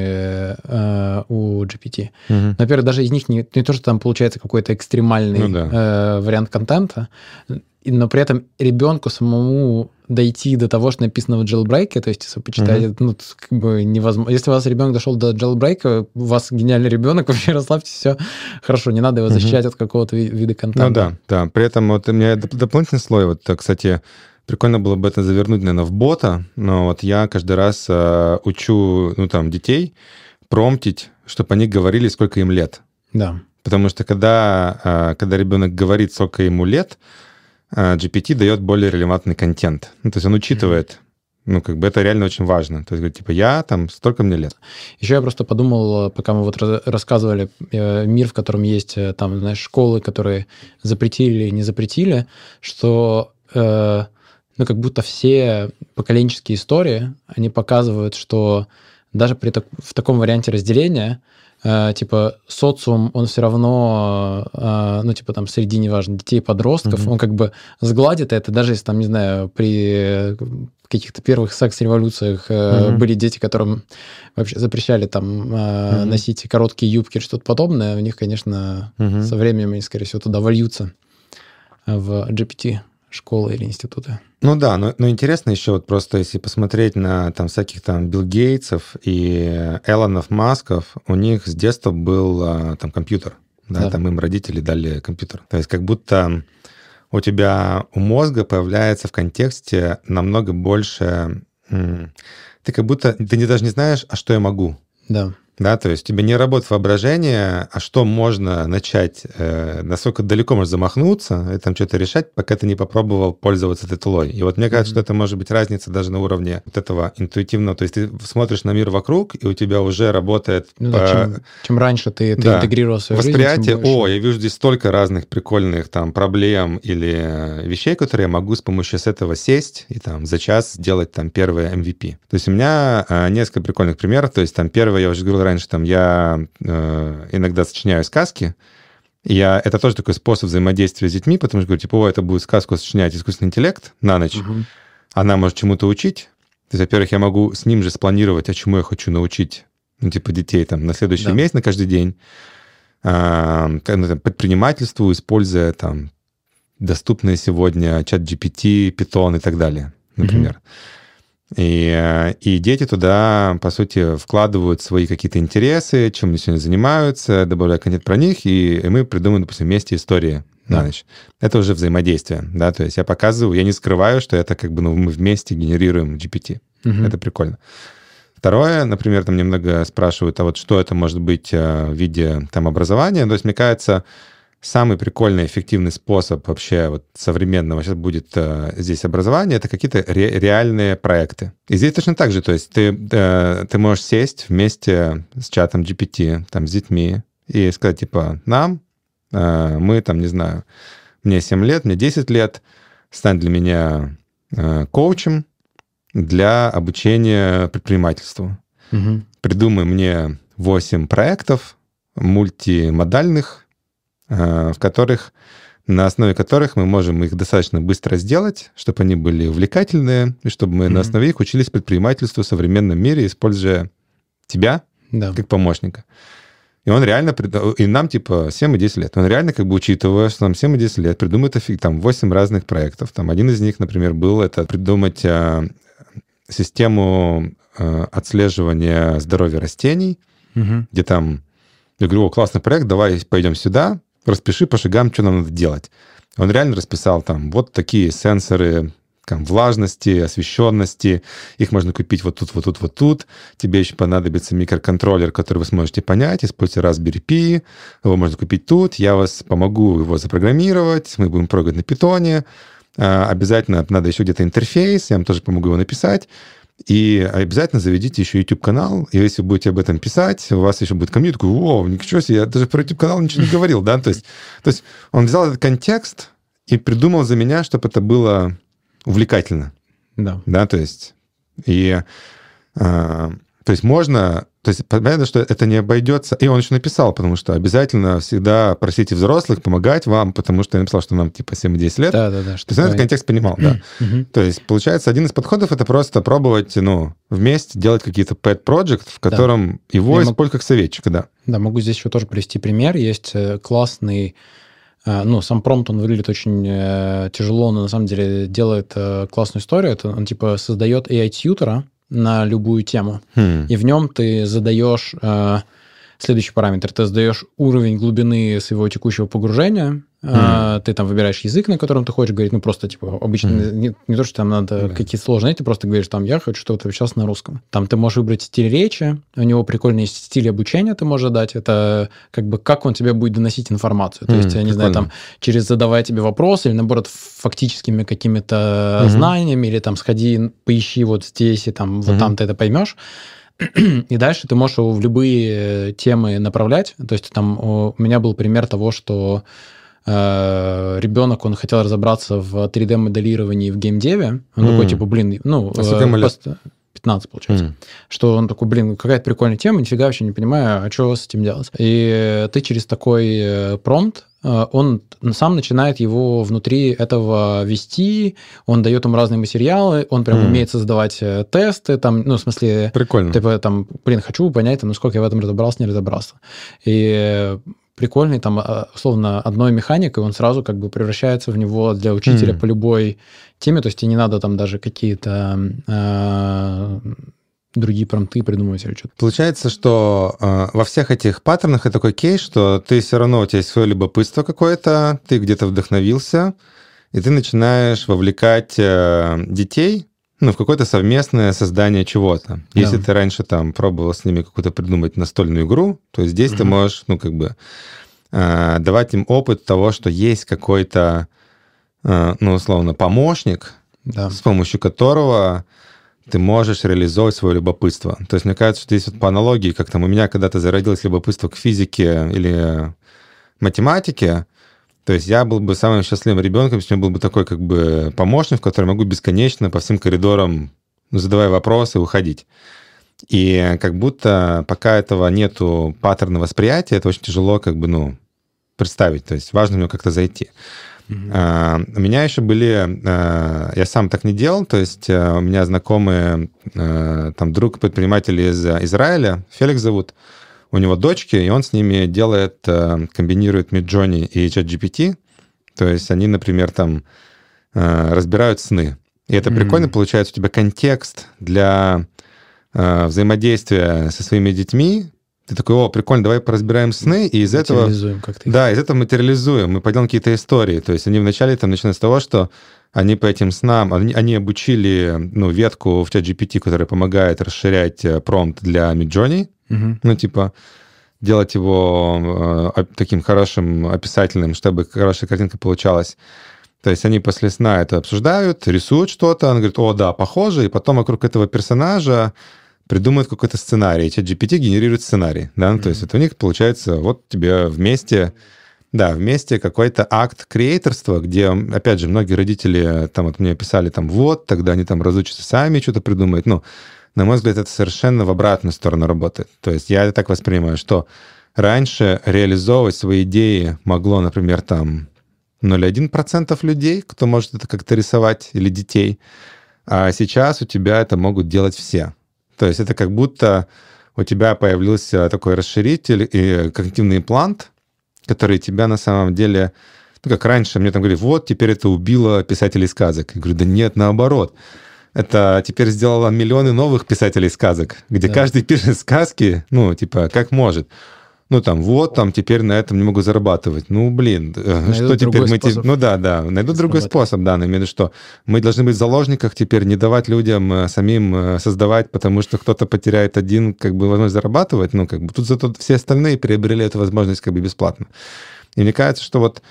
э, у джи пи ти. Угу. Но, во-первых, даже из них не, не то, что там получается какой-то экстремальный ну, да. э, вариант контента, но при этом ребенку самому дойти до того, что написано в jailbreak, то есть, если вы почитаете, mm-hmm. ну, как бы невозможно. Если у вас ребенок дошел до jailbreak, у вас гениальный ребенок, вообще расслабьтесь, все хорошо, не надо его защищать mm-hmm. от какого-то вида контента. Ну да, да. При этом вот у меня дополнительный слой, вот, кстати, прикольно было бы это завернуть, наверное, в бота, но вот я каждый раз э, учу, ну, там, детей промптить, чтобы они говорили, сколько им лет. Да. Потому что когда, э, когда ребенок говорит, сколько ему лет, джи пи ти дает более релевантный контент. Ну, то есть он учитывает, mm-hmm. ну, как бы это реально очень важно. То есть, говорит, типа, я там, столько мне лет. Еще я просто подумал, пока мы вот рассказывали мир, в котором есть, там, знаешь, школы, которые запретили или не запретили, что, э, ну, как будто все поколенческие истории, они показывают, что даже при так, в таком варианте разделения типа социум, он все равно, ну, типа там среди, неважно, детей, подростков, mm-hmm. он как бы сгладит это, даже если там, не знаю, при каких-то первых секс-революциях mm-hmm. были дети, которым вообще запрещали там mm-hmm. носить короткие юбки или что-то подобное, у них, конечно, mm-hmm. со временем они, скорее всего, туда вольются в джи пи ти. Школы или институты. Ну да, но, но интересно еще вот просто, если посмотреть на там всяких там Билл Гейтсов и Элонов Масков, у них с детства был там компьютер, да, да. там им родители дали компьютер. То есть как будто у тебя у мозга появляется в контексте намного больше... Ты как будто... Ты не, даже не знаешь, а что я могу. Да. Да, то есть у тебя не работает воображение, а что можно начать, э, насколько далеко можешь замахнуться, и там что-то решать, пока ты не попробовал пользоваться этой тулой. И вот мне кажется, mm-hmm. что это может быть разница даже на уровне вот этого интуитивного. То есть ты смотришь на мир вокруг, и у тебя уже работает... Ну, по... да, чем, чем раньше ты, ты да. интегрировался в жизнь, восприятие, о, я вижу здесь столько разных прикольных там проблем или вещей, которые я могу с помощью этого сесть и там за час сделать там первое эм ви пи. То есть у меня э, несколько прикольных примеров. То есть там первое, я уже говорил раньше, там я э, иногда сочиняю сказки. И я, это тоже такой способ взаимодействия с детьми, потому что говорю, типа, о, это будет сказку сочинять искусственный интеллект на ночь. Угу. Она может чему-то учить. То есть, во-первых, я могу с ним же спланировать, а чему я хочу научить, ну, типа, детей там на следующий да. месяц, на каждый день. А, там, предпринимательству, используя там доступные сегодня чат джи пи ти, Python и так далее, например. Mm-hmm. И, и дети туда, по сути, вкладывают свои какие-то интересы, чем они сегодня занимаются, добавляют контент про них, и, и мы придумаем, допустим, вместе истории на да. ночь. Это уже взаимодействие, да, то есть я показываю, я не скрываю, что это как бы, ну, мы вместе генерируем джи пи ти. Mm-hmm. Это прикольно. Второе, например, там немного спрашивают, а вот что это может быть в виде там образования. То есть, мне кажется, самый прикольный, эффективный способ вообще вот современного сейчас будет э, здесь образование, это какие-то ре- реальные проекты. И здесь точно так же, то есть ты, э, ты можешь сесть вместе с чатом джи пи ти, там, с детьми, и сказать, типа, нам, э, мы там, не знаю, мне семь лет, мне десять лет, стань для меня э, коучем для обучения предпринимательству. Угу. Придумай мне восемь проектов мультимодальных, в которых, на основе которых мы можем их достаточно быстро сделать, чтобы они были увлекательные, и чтобы мы mm-hmm. на основе их учились предпринимательству в современном мире, используя тебя да. как помощника. И он реально, и нам типа семь и десять лет, он реально как бы учитывая, что нам семь и десять лет, придумает там восемь разных проектов. Там один из них, например, был это придумать а, систему а, отслеживания здоровья растений, mm-hmm. где там, я говорю, о, классный проект, давай пойдем сюда, распиши по шагам, что нам надо делать. Он реально расписал там вот такие сенсоры там, влажности, освещенности. Их можно купить вот тут, вот тут, вот тут. Тебе еще понадобится микроконтроллер, который вы сможете понять. Используйте Raspberry Pi. Его можно купить тут. Я вас помогу его запрограммировать. Мы будем программировать на питоне. Обязательно надо еще где-то интерфейс. Я вам тоже помогу его написать. И обязательно заведите еще YouTube-канал, и если вы будете об этом писать, у вас еще будет комьюнити, такой, о, ничего себе, я даже про YouTube-канал ничего не говорил, да, то есть, то есть он взял этот контекст и придумал за меня, чтобы это было увлекательно, да, да, то есть, и, а, то есть можно, то есть понятно, что это не обойдется, и он еще написал, потому что обязательно всегда просите взрослых помогать вам, потому что я написал, что нам типа семь-десять лет, да, да, да, то есть он этот контекст понимал, да, то есть получается один из подходов это просто пробовать, ну, вместе делать какие-то pet project, в котором да. его я используют могу... как советчика, да. Да, могу здесь еще тоже привести пример, есть классный, ну, сам промпт, он выглядит очень тяжело, но на самом деле делает классную историю, это он типа создает эй ай-тьютера на любую тему. Hmm. И в нем ты задаешь э, следующий параметр. Ты задаешь уровень глубины своего текущего погружения. Mm. Э, ты там выбираешь язык, на котором ты хочешь говорить. Ну, просто, типа, обычно mm. не, не то, что там надо yeah. какие-то сложные, ты просто говоришь, там, я хочу что-то сейчас на русском. Там ты можешь выбрать стиль речи. У него прикольный стиль обучения ты можешь дать. Это как бы как он тебе будет доносить информацию. То mm, есть, я не прикольно. знаю, там, через задавая тебе вопросы или, наоборот, фактическими какими-то mm-hmm. знаниями, или там, сходи, поищи вот здесь, и там, вот mm-hmm. там ты это поймешь. И дальше ты можешь его в любые темы направлять. То есть там у меня был пример того, что э, ребенок, он хотел разобраться в три дэ-моделировании в геймдеве. Он mm. такой, типа, блин, ну... А э, пятнадцать, получается. Mm. Что он такой, блин, какая-то прикольная тема, нифига вообще не понимаю, а что с этим делать? И ты через такой промпт, он сам начинает его внутри этого вести, он дает ему разные материалы, он прям mm. умеет создавать тесты, там, ну, в смысле... Прикольно. Типа, там, блин, хочу понять, там, насколько я в этом разобрался, не разобрался. И прикольный, там, условно, одной механикой он сразу как бы превращается в него для учителя mm. по любой теме, то есть тебе не надо там даже какие-то э, другие промпты придумывать или что-то. Получается, что э, во всех этих паттернах это такой кейс, что ты все равно, у тебя есть свое любопытство какое-то, ты где-то вдохновился, и ты начинаешь вовлекать э, детей, ну, в какое-то совместное создание чего-то. Да. Если ты раньше там пробовал с ними какую-то придумать настольную игру, то здесь угу. ты можешь, ну, как бы э, давать им опыт того, что есть какой-то, э, ну, условно, помощник, да. с помощью которого ты можешь реализовывать свое любопытство. То есть мне кажется, что здесь вот по аналогии, как там у меня когда-то зародилось любопытство к физике или математике, то есть я был бы самым счастливым ребенком, если у меня был бы такой как бы помощник, в который могу бесконечно по всем коридорам, ну, задавая вопросы, уходить. И как будто пока этого нету паттерна восприятия, это очень тяжело как бы, ну, представить. То есть важно мне как-то зайти. Uh-huh. У меня еще были... Я сам так не делал, то есть у меня знакомые, там друг предприниматель из Израиля, Феликс зовут, у него дочки, и он с ними делает, комбинирует Midjourney и ChatGPT, то есть они, например, там разбирают сны. И это mm-hmm. прикольно, получается, у тебя контекст для взаимодействия со своими детьми. Ты такой, о, прикольно, давай поразбираем сны, и из этого... как-то. Да, из этого материализуем, мы пойдем какие-то истории. То есть они вначале там начинают с того, что они по этим снам, они, они обучили ну, ветку в ChatGPT, которая помогает расширять промпт для Midjourney, угу. ну, типа, делать его э, таким хорошим, описательным, чтобы хорошая картинка получалась. То есть они после сна это обсуждают, рисуют что-то, он говорит, о, да, похоже, и потом вокруг этого персонажа придумают какой-то сценарий, ChatGPT генерирует сценарий, да, mm-hmm. то есть это у них получается, вот тебе вместе, да, вместе какой-то акт креаторства, где, опять же, многие родители там вот мне писали, там, вот, тогда они там разучатся сами что-то придумают, ну, на мой взгляд, это совершенно в обратную сторону работает, то есть я это так воспринимаю, что раньше реализовывать свои идеи могло, например, там, ноль целых одна десятая процента людей, кто может это как-то рисовать, или детей, а сейчас у тебя это могут делать все. То есть это как будто у тебя появился такой расширитель и когнитивный имплант, который тебя на самом деле... Ну, как раньше мне там говорили, вот, теперь это убило писателей сказок. Я говорю, да нет, наоборот. Это теперь сделало миллионы новых писателей сказок, где да. каждый пишет сказки, ну, типа, как может. Ну, там, вот, там, теперь на этом не могу зарабатывать. Ну, блин, найдут что теперь мы... Способ. Ну, да, да, найдут другой способ, да, но именно что мы должны быть в заложниках теперь, не давать людям самим создавать, потому что кто-то потеряет один, как бы, возможность зарабатывать, ну, как бы, тут зато все остальные приобрели эту возможность, как бы, бесплатно. И мне кажется, что вот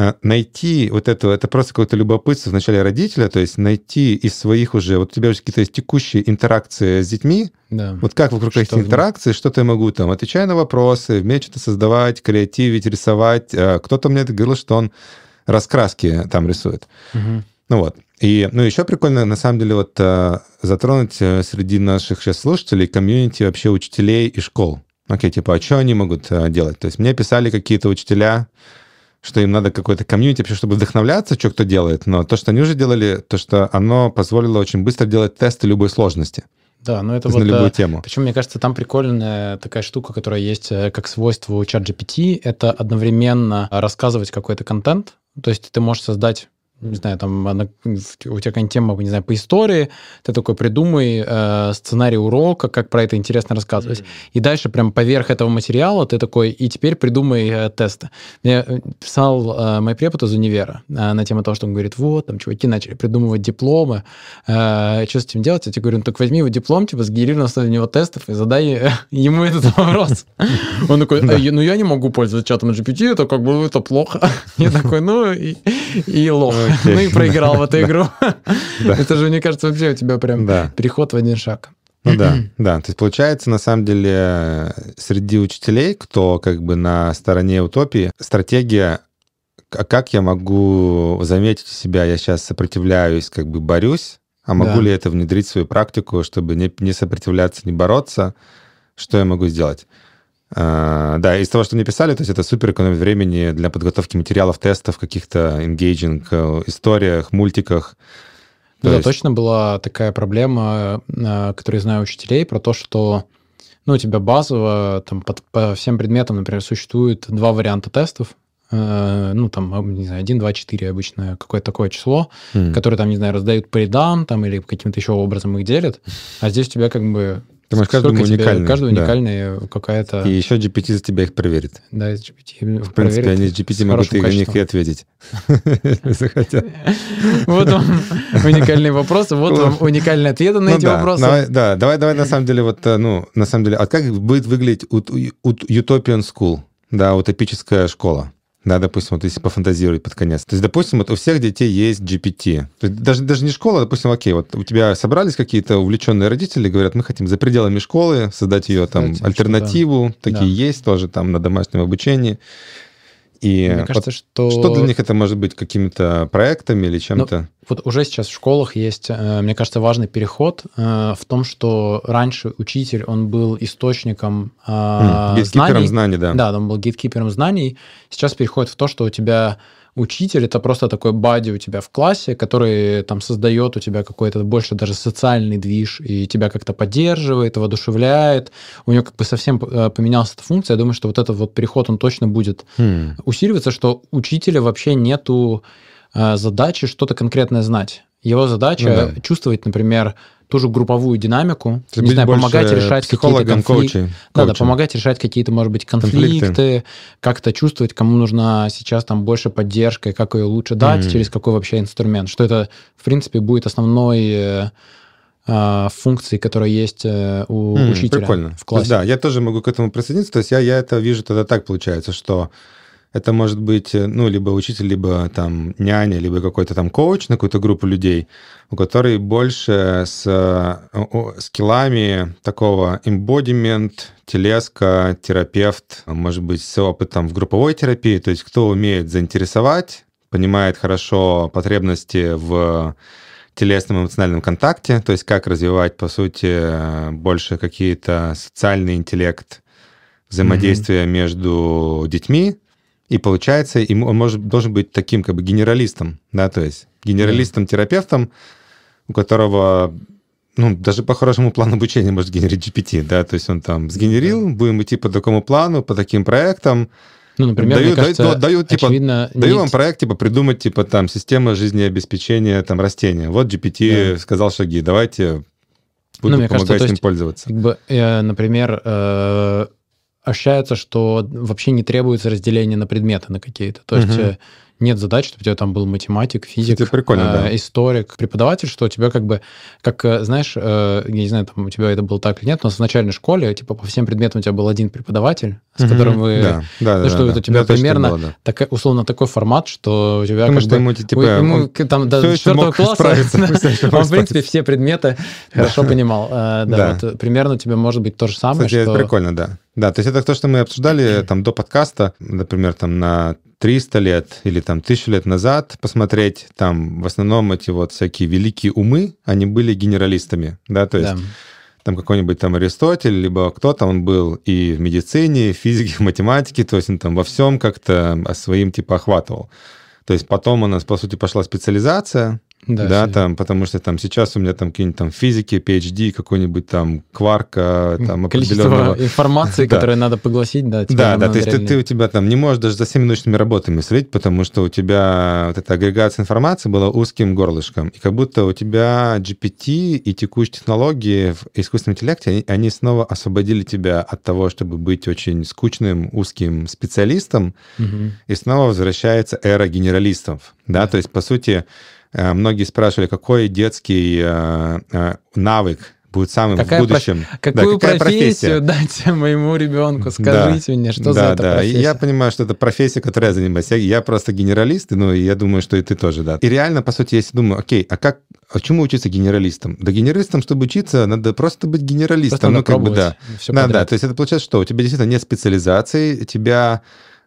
найти вот это, это просто какое-то любопытство в начале родителя, то есть найти из своих уже, вот у тебя уже какие-то есть текущие интеракции с детьми, да. вот как вокруг этих интеракций, что-то я могу там, отвечая на вопросы, уметь что-то создавать, креативить, рисовать. Кто-то мне говорил, что он раскраски там рисует. Угу. Ну вот. И, ну, еще прикольно, на самом деле, вот затронуть среди наших сейчас слушателей комьюнити вообще учителей и школ. Окей, типа, а что они могут делать? То есть мне писали какие-то учителя, что им надо какой-то комьюнити вообще, чтобы вдохновляться, что кто делает, но то, что они уже делали, то, что оно позволило очень быстро делать тесты любой сложности. Да, но это вот... на любую тему. Причем, мне кажется, там прикольная такая штука, которая есть как свойство у ChatGPT, это одновременно рассказывать какой-то контент, то есть ты можешь создать, не знаю, там она, у тебя какая-нибудь тема, не знаю, по истории, ты такой придумай э, сценарий урока, как про это интересно рассказывать. Mm-hmm. И дальше прям поверх этого материала ты такой, и теперь придумай э, тесты. Мне писал э, мой препод из универа э, на тему того, что он говорит, вот, там чуваки начали придумывать дипломы, э, что с этим делать? Я тебе говорю, ну так возьми его диплом, типа, сгенерируй на основе него тестов и задай ему этот вопрос. Он такой, ну я не могу пользоваться чатом джи пи ти, это как бы это плохо. Я такой, ну и лох. Ну и проиграл в эту игру. Это же, мне кажется, вообще у тебя прям переход в один шаг. Ну да, да. То есть получается, на самом деле, среди учителей, кто как бы на стороне утопии, стратегия, как я могу заметить себя, я сейчас сопротивляюсь, как бы борюсь, а могу ли это внедрить в свою практику, чтобы не, не сопротивляться, не бороться, что я могу сделать? Uh, да, из того, что мне писали, то есть это супер экономит времени для подготовки материалов, тестов, каких-то engaging историях, мультиках. Ну, да, есть... точно была такая проблема, которую я знаю учителей, про то, что ну, у тебя базово там, по, по всем предметам, например, существует два варианта тестов. Ну, там, не знаю, один, два, четыре обычно, какое-то такое число, mm. которые там, не знаю, раздают по рядам там, или каким-то еще образом их делят. А здесь у тебя как бы... Ты можешь каждому уникальный. Каждый уникальный да. какая-то... И еще джи пи ти за тебя их проверит. Да, из джи пи ти В принципе, они с джи пи ти могут и на них и ответить, если захотят. Вот вам уникальные вопросы, вот вам уникальные ответы на эти вопросы. Да, давай, давай на самом деле, вот, ну, на самом деле, а как будет выглядеть Utopian School, да, утопическая школа? Да, допустим, вот если пофантазировать под конец. То есть, допустим, вот у всех детей есть джи пи ти. То есть даже, даже не школа, допустим, окей, вот у тебя собрались какие-то увлеченные родители, говорят, мы хотим за пределами школы создать ее там Кстати, альтернативу. Да. Такие да. есть тоже там на домашнем обучении. И Мне кажется, вот что... что для них это может быть какими-то проектами или чем-то? Ну, вот уже сейчас в школах есть, мне кажется, важный переход в том, что раньше учитель, он был источником mm, знаний. Гейткипером знаний, да. Да, он был гейткипером знаний. Сейчас переходит в то, что у тебя учитель — это просто такой бадди у тебя в классе, который там создает у тебя какой-то больше даже социальный движ и тебя как-то поддерживает, воодушевляет. У него как бы совсем поменялась эта функция. Я думаю, что вот этот вот переход, он точно будет hmm. усиливаться, что учителя вообще нету задачи что-то конкретное знать. Его задача ну, да. чувствовать, например, ту же групповую динамику, Ты не знаю, помогать решать какие-то конфликты. Да, да, помогать решать какие-то, может быть, конфликты, конфликты, как-то чувствовать, кому нужна сейчас там больше поддержка, и как ее лучше дать, mm-hmm. через какой вообще инструмент. Что это, в принципе, будет основной э, э, функцией, которая есть э, у mm, учителя прикольно. В классе. Есть, да, я тоже могу к этому присоединиться. То есть я, я это вижу тогда так, получается, что это может быть, ну, либо учитель, либо там няня, либо какой-то там коуч на какую-то группу людей, у которых больше с о, скиллами такого embodiment, телеска, терапевт, может быть, с опытом в групповой терапии, то есть кто умеет заинтересовать, понимает хорошо потребности в телесном эмоциональном контакте, то есть как развивать, по сути, больше какие-то социальный интеллект, взаимодействие mm-hmm. между детьми. И получается, он может, должен быть таким как бы генералистом, да, то есть генералистом-терапевтом, у которого, ну, даже по хорошему плану обучения может генерить джи пи ти, да, то есть он там сгенерил, да. будем идти по такому плану, по таким проектам. Ну, например, даю, мне кажется, даю, даю, типа, очевидно... Даю нет... вам проект, типа, придумать, типа, там, система жизнеобеспечения, там, растения. Вот джи пи ти да. сказал шаги, давайте буду ну, помогать кажется, им есть, пользоваться. Как бы, э, например, э, ощущается, что вообще не требуется разделение на предметы на какие-то. То есть угу. нет задачи, чтобы у тебя там был математик, физик, это прикольно, э, да. историк, преподаватель, что у тебя как бы, как, знаешь, э, я не знаю, там у тебя это было так или нет, но в начальной школе, типа, по всем предметам у тебя был один преподаватель, с угу. которым вы... Да, да, ну, да. Что да, это да. у тебя да, примерно, было, да. так, условно, такой формат, что у тебя Потому как что бы... ему, типа, ему, он там, до четвертого класса он, в принципе, все предметы хорошо понимал. Да, вот примерно у тебя может быть то же самое, что... это прикольно, да. Да, то есть это то, что мы обсуждали там до подкаста, например, там на триста лет или там тысячу лет назад посмотреть, там в основном эти вот всякие великие умы, они были генералистами, да, то есть да. там какой-нибудь там Аристотель, либо кто-то, он был и в медицине, и в физике, в математике, то есть он там во всем как-то своим типа охватывал. То есть потом у нас, по сути, пошла специализация, да, да там, потому что там сейчас у меня там какие-нибудь там физики, пи эйч ди, какой-нибудь там кварка, там количество определенного... информации, да. которую надо погласить, да. Да, да, то есть ты, ты у тебя там не можешь даже за семиминутными работами следить, потому что у тебя вот эта агрегация информации была узким горлышком, и как будто у тебя джи пи ти и текущие технологии в искусственном интеллекте, они, они снова освободили тебя от того, чтобы быть очень скучным, узким специалистом, угу. и снова возвращается эра генералистов, да, да. То есть, по сути, многие спрашивали, какой детский э, э, навык будет самым какая в будущем. Проф... Какую да, какая профессию профессия? Дать моему ребенку? Скажите да, мне, что да, за эта да. профессия? Я понимаю, что это профессия, которой я занимаюсь. Я, я просто генералист, ну, и я думаю, что и ты тоже, да. И реально, по сути, я думаю, окей, а как, а чему учиться генералистам? Да генералистам, чтобы учиться, надо просто быть генералистом. Просто ну, как бы, да. Да, да, то есть это получается, что у тебя действительно нет специализации, тебя...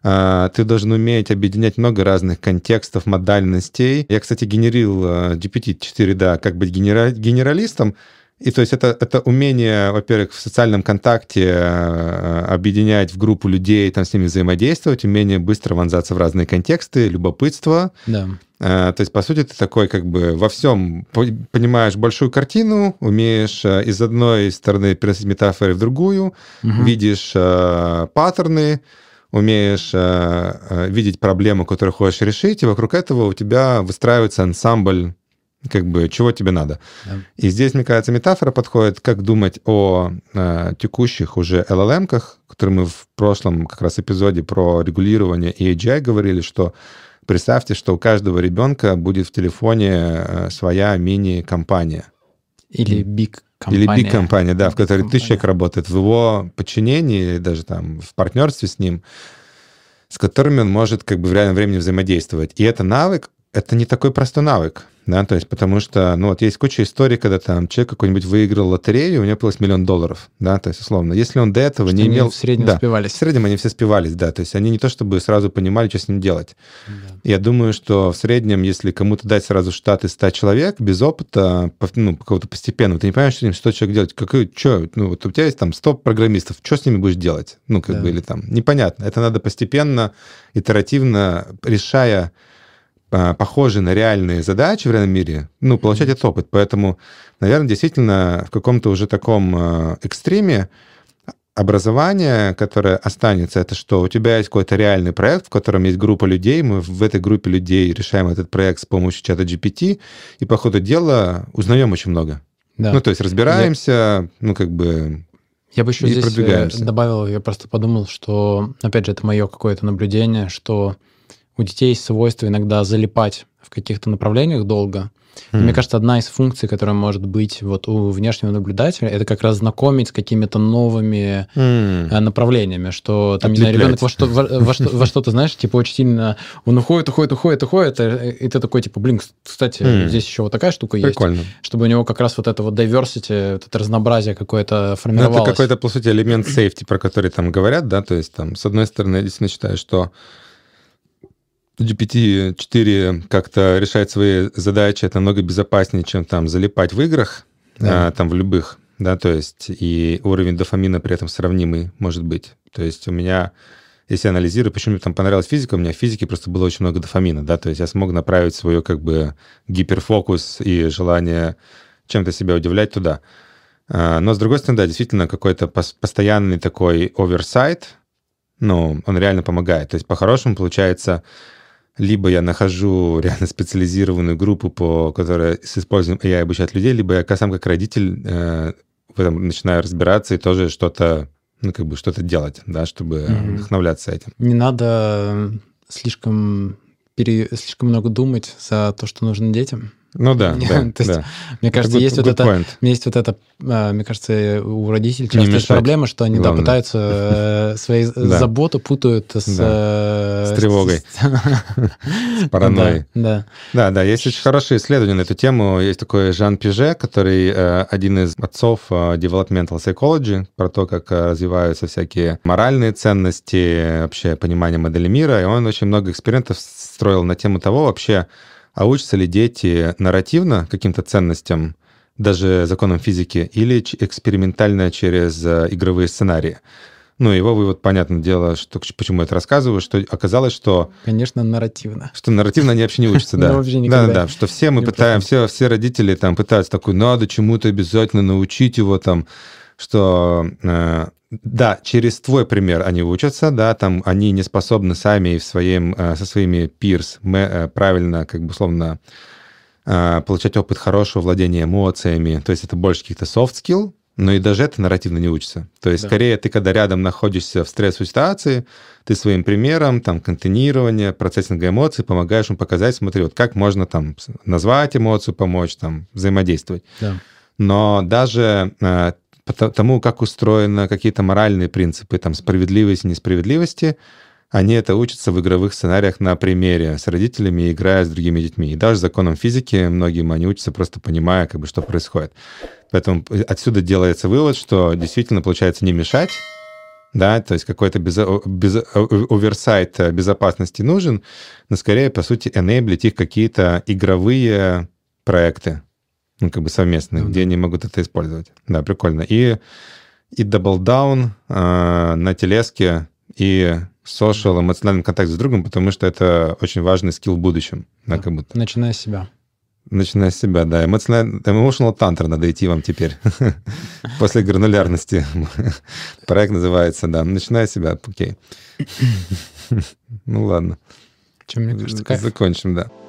ты должен уметь объединять много разных контекстов, модальностей. Я, кстати, генерил джи пи ти четыре, да, как быть генера... генералистом. И то есть это, это умение, во-первых, в социальном контакте объединять в группу людей, там с ними взаимодействовать, умение быстро вонзаться в разные контексты, любопытство. Да. То есть, по сути, ты такой как бы во всем понимаешь большую картину, умеешь из одной стороны переносить метафоры в другую, угу. видишь паттерны, умеешь э, э, видеть проблему, которую хочешь решить, и вокруг этого у тебя выстраивается ансамбль, как бы, чего тебе надо. Да. И здесь, мне кажется, метафора подходит, как думать о э, текущих уже эл эл эм-ках, которые мы в прошлом как раз эпизоде про регулирование и эй джи ай говорили, что представьте, что у каждого ребенка будет в телефоне э, своя мини-компания. Или биг Компания. Или биг-компания, да, в которой тысяча человек работает в его подчинении, даже там в партнерстве с ним, с которыми он может как бы в реальном времени взаимодействовать. И это навык, это не такой простой навык, да, то есть потому что, ну вот есть куча историй, когда там человек какой-нибудь выиграл лотерею, у него появилось миллион долларов, да, то есть условно, если он до этого что не имел... в среднем да, спивались. В среднем они все спивались, да, то есть они не то чтобы сразу понимали, что с ним делать. Да. Я думаю, что в среднем, если кому-то дать сразу штат из ста человек, без опыта, ну, какого-то постепенного, ты не понимаешь, что с ним сто человек делать, какой, что, ну, вот у тебя есть там сто программистов, что с ними будешь делать? Ну, как да. бы, или там, непонятно, это надо постепенно, итеративно, решая похожие на реальные задачи в реальном мире, ну, получать этот опыт. Поэтому, наверное, действительно в каком-то уже таком экстриме образование, которое останется, это что? У тебя есть какой-то реальный проект, в котором есть группа людей, мы в этой группе людей решаем этот проект с помощью чата джи пи ти, и по ходу дела узнаем очень много. Да. Ну, то есть разбираемся, я... ну, как бы... Я бы еще здесь добавил, я просто подумал, что, опять же, это мое какое-то наблюдение, что у детей есть свойство иногда залипать в каких-то направлениях долго. Mm. Мне кажется, одна из функций, которая может быть вот у внешнего наблюдателя, это как раз знакомить с какими-то новыми mm. направлениями, что там, не знаю, ребенок во, что, во, во, что, во что-то, знаешь, типа очень сильно он уходит, уходит, уходит, уходит, и ты такой, типа, блин, кстати, mm. здесь еще вот такая штука Прикольно. Есть, чтобы у него как раз вот это вот diversity, вот это разнообразие какое-то формировалось. Ну, это какой-то, по сути, элемент safety, про который там говорят, да, то есть там, с одной стороны, я действительно считаю, что джи пи ти четыре как-то решает свои задачи, это намного безопаснее, чем там залипать в играх, да. а, там в любых, да, то есть и уровень дофамина при этом сравнимый может быть. То есть у меня, если я анализирую, почему мне там понравилась физика, у меня в физике просто было очень много дофамина, да, то есть я смог направить свой как бы гиперфокус и желание чем-то себя удивлять туда. А, но с другой стороны, да, действительно какой-то постоянный такой оверсайт, ну, он реально помогает. То есть по-хорошему получается... Либо я нахожу реально специализированную группу, по которой с использованием эй ай обучать людей, либо я сам как родитель э, в этом начинаю разбираться и тоже что-то, ну, как бы что-то делать, да, чтобы mm-hmm. вдохновляться этим. Не надо слишком, пере... слишком много думать за то, что нужно детям. Ну да, да, то есть, да. Мне кажется, good, есть, вот это, есть вот это, мне кажется, у родителей часто есть проблема, что они да, пытаются свои заботы путают с... С тревогой, с паранойей. Да, да, да. Есть очень хорошие исследования на эту тему. Есть такой Жан Пиже, который один из отцов developmental psychology, про то, как развиваются всякие моральные ценности, вообще понимание модели мира. И он очень много экспериментов строил на тему того вообще, а учатся ли дети нарративно каким-то ценностям, даже законам физики, или экспериментально через игровые сценарии? Ну, его вывод, понятное дело, что, почему я это рассказываю, что оказалось, что... Конечно, нарративно. Что нарративно они вообще не учатся, да. Вообще никогда. Да, да, что все мы пытаем, все, все родители там пытаются такой, надо чему-то обязательно научить его там, что... Да, через твой пример они учатся, да, там они не способны сами в своим, со своими пирс правильно, как бы условно, получать опыт хорошего владения эмоциями, то есть это больше каких-то soft skill, но и даже это нарративно не учится. То есть да. Скорее ты, когда рядом находишься в стрессовой ситуации, ты своим примером, там, контейнирование, процессинга эмоций помогаешь им показать, смотри, вот как можно там назвать эмоцию, помочь, там, взаимодействовать. Да. Но даже... тому, как устроены какие-то моральные принципы, там, справедливости, несправедливости, они это учатся в игровых сценариях на примере с родителями, играя с другими детьми. И даже законам физики многим они учатся, просто понимая, как бы, что происходит. Поэтому отсюда делается вывод, что действительно получается не мешать, да, то есть какой-то без, без, оверсайт безопасности нужен, но скорее, по сути, enable'ить их какие-то игровые проекты. Ну, как бы совместные, mm-hmm. где они могут это использовать. Да, прикольно. И, и double down э, на телеске и social, эмоциональный контакт с другом, потому что это очень важный скилл в будущем. Да. Да, как будто. Начиная с себя. Начиная с себя, да. Emotional tantra надо идти вам теперь. После гранулярности. Проект называется, да. Начиная с себя, окей. Ну, ладно. Чем, мне кажется, кайф. Закончим, да.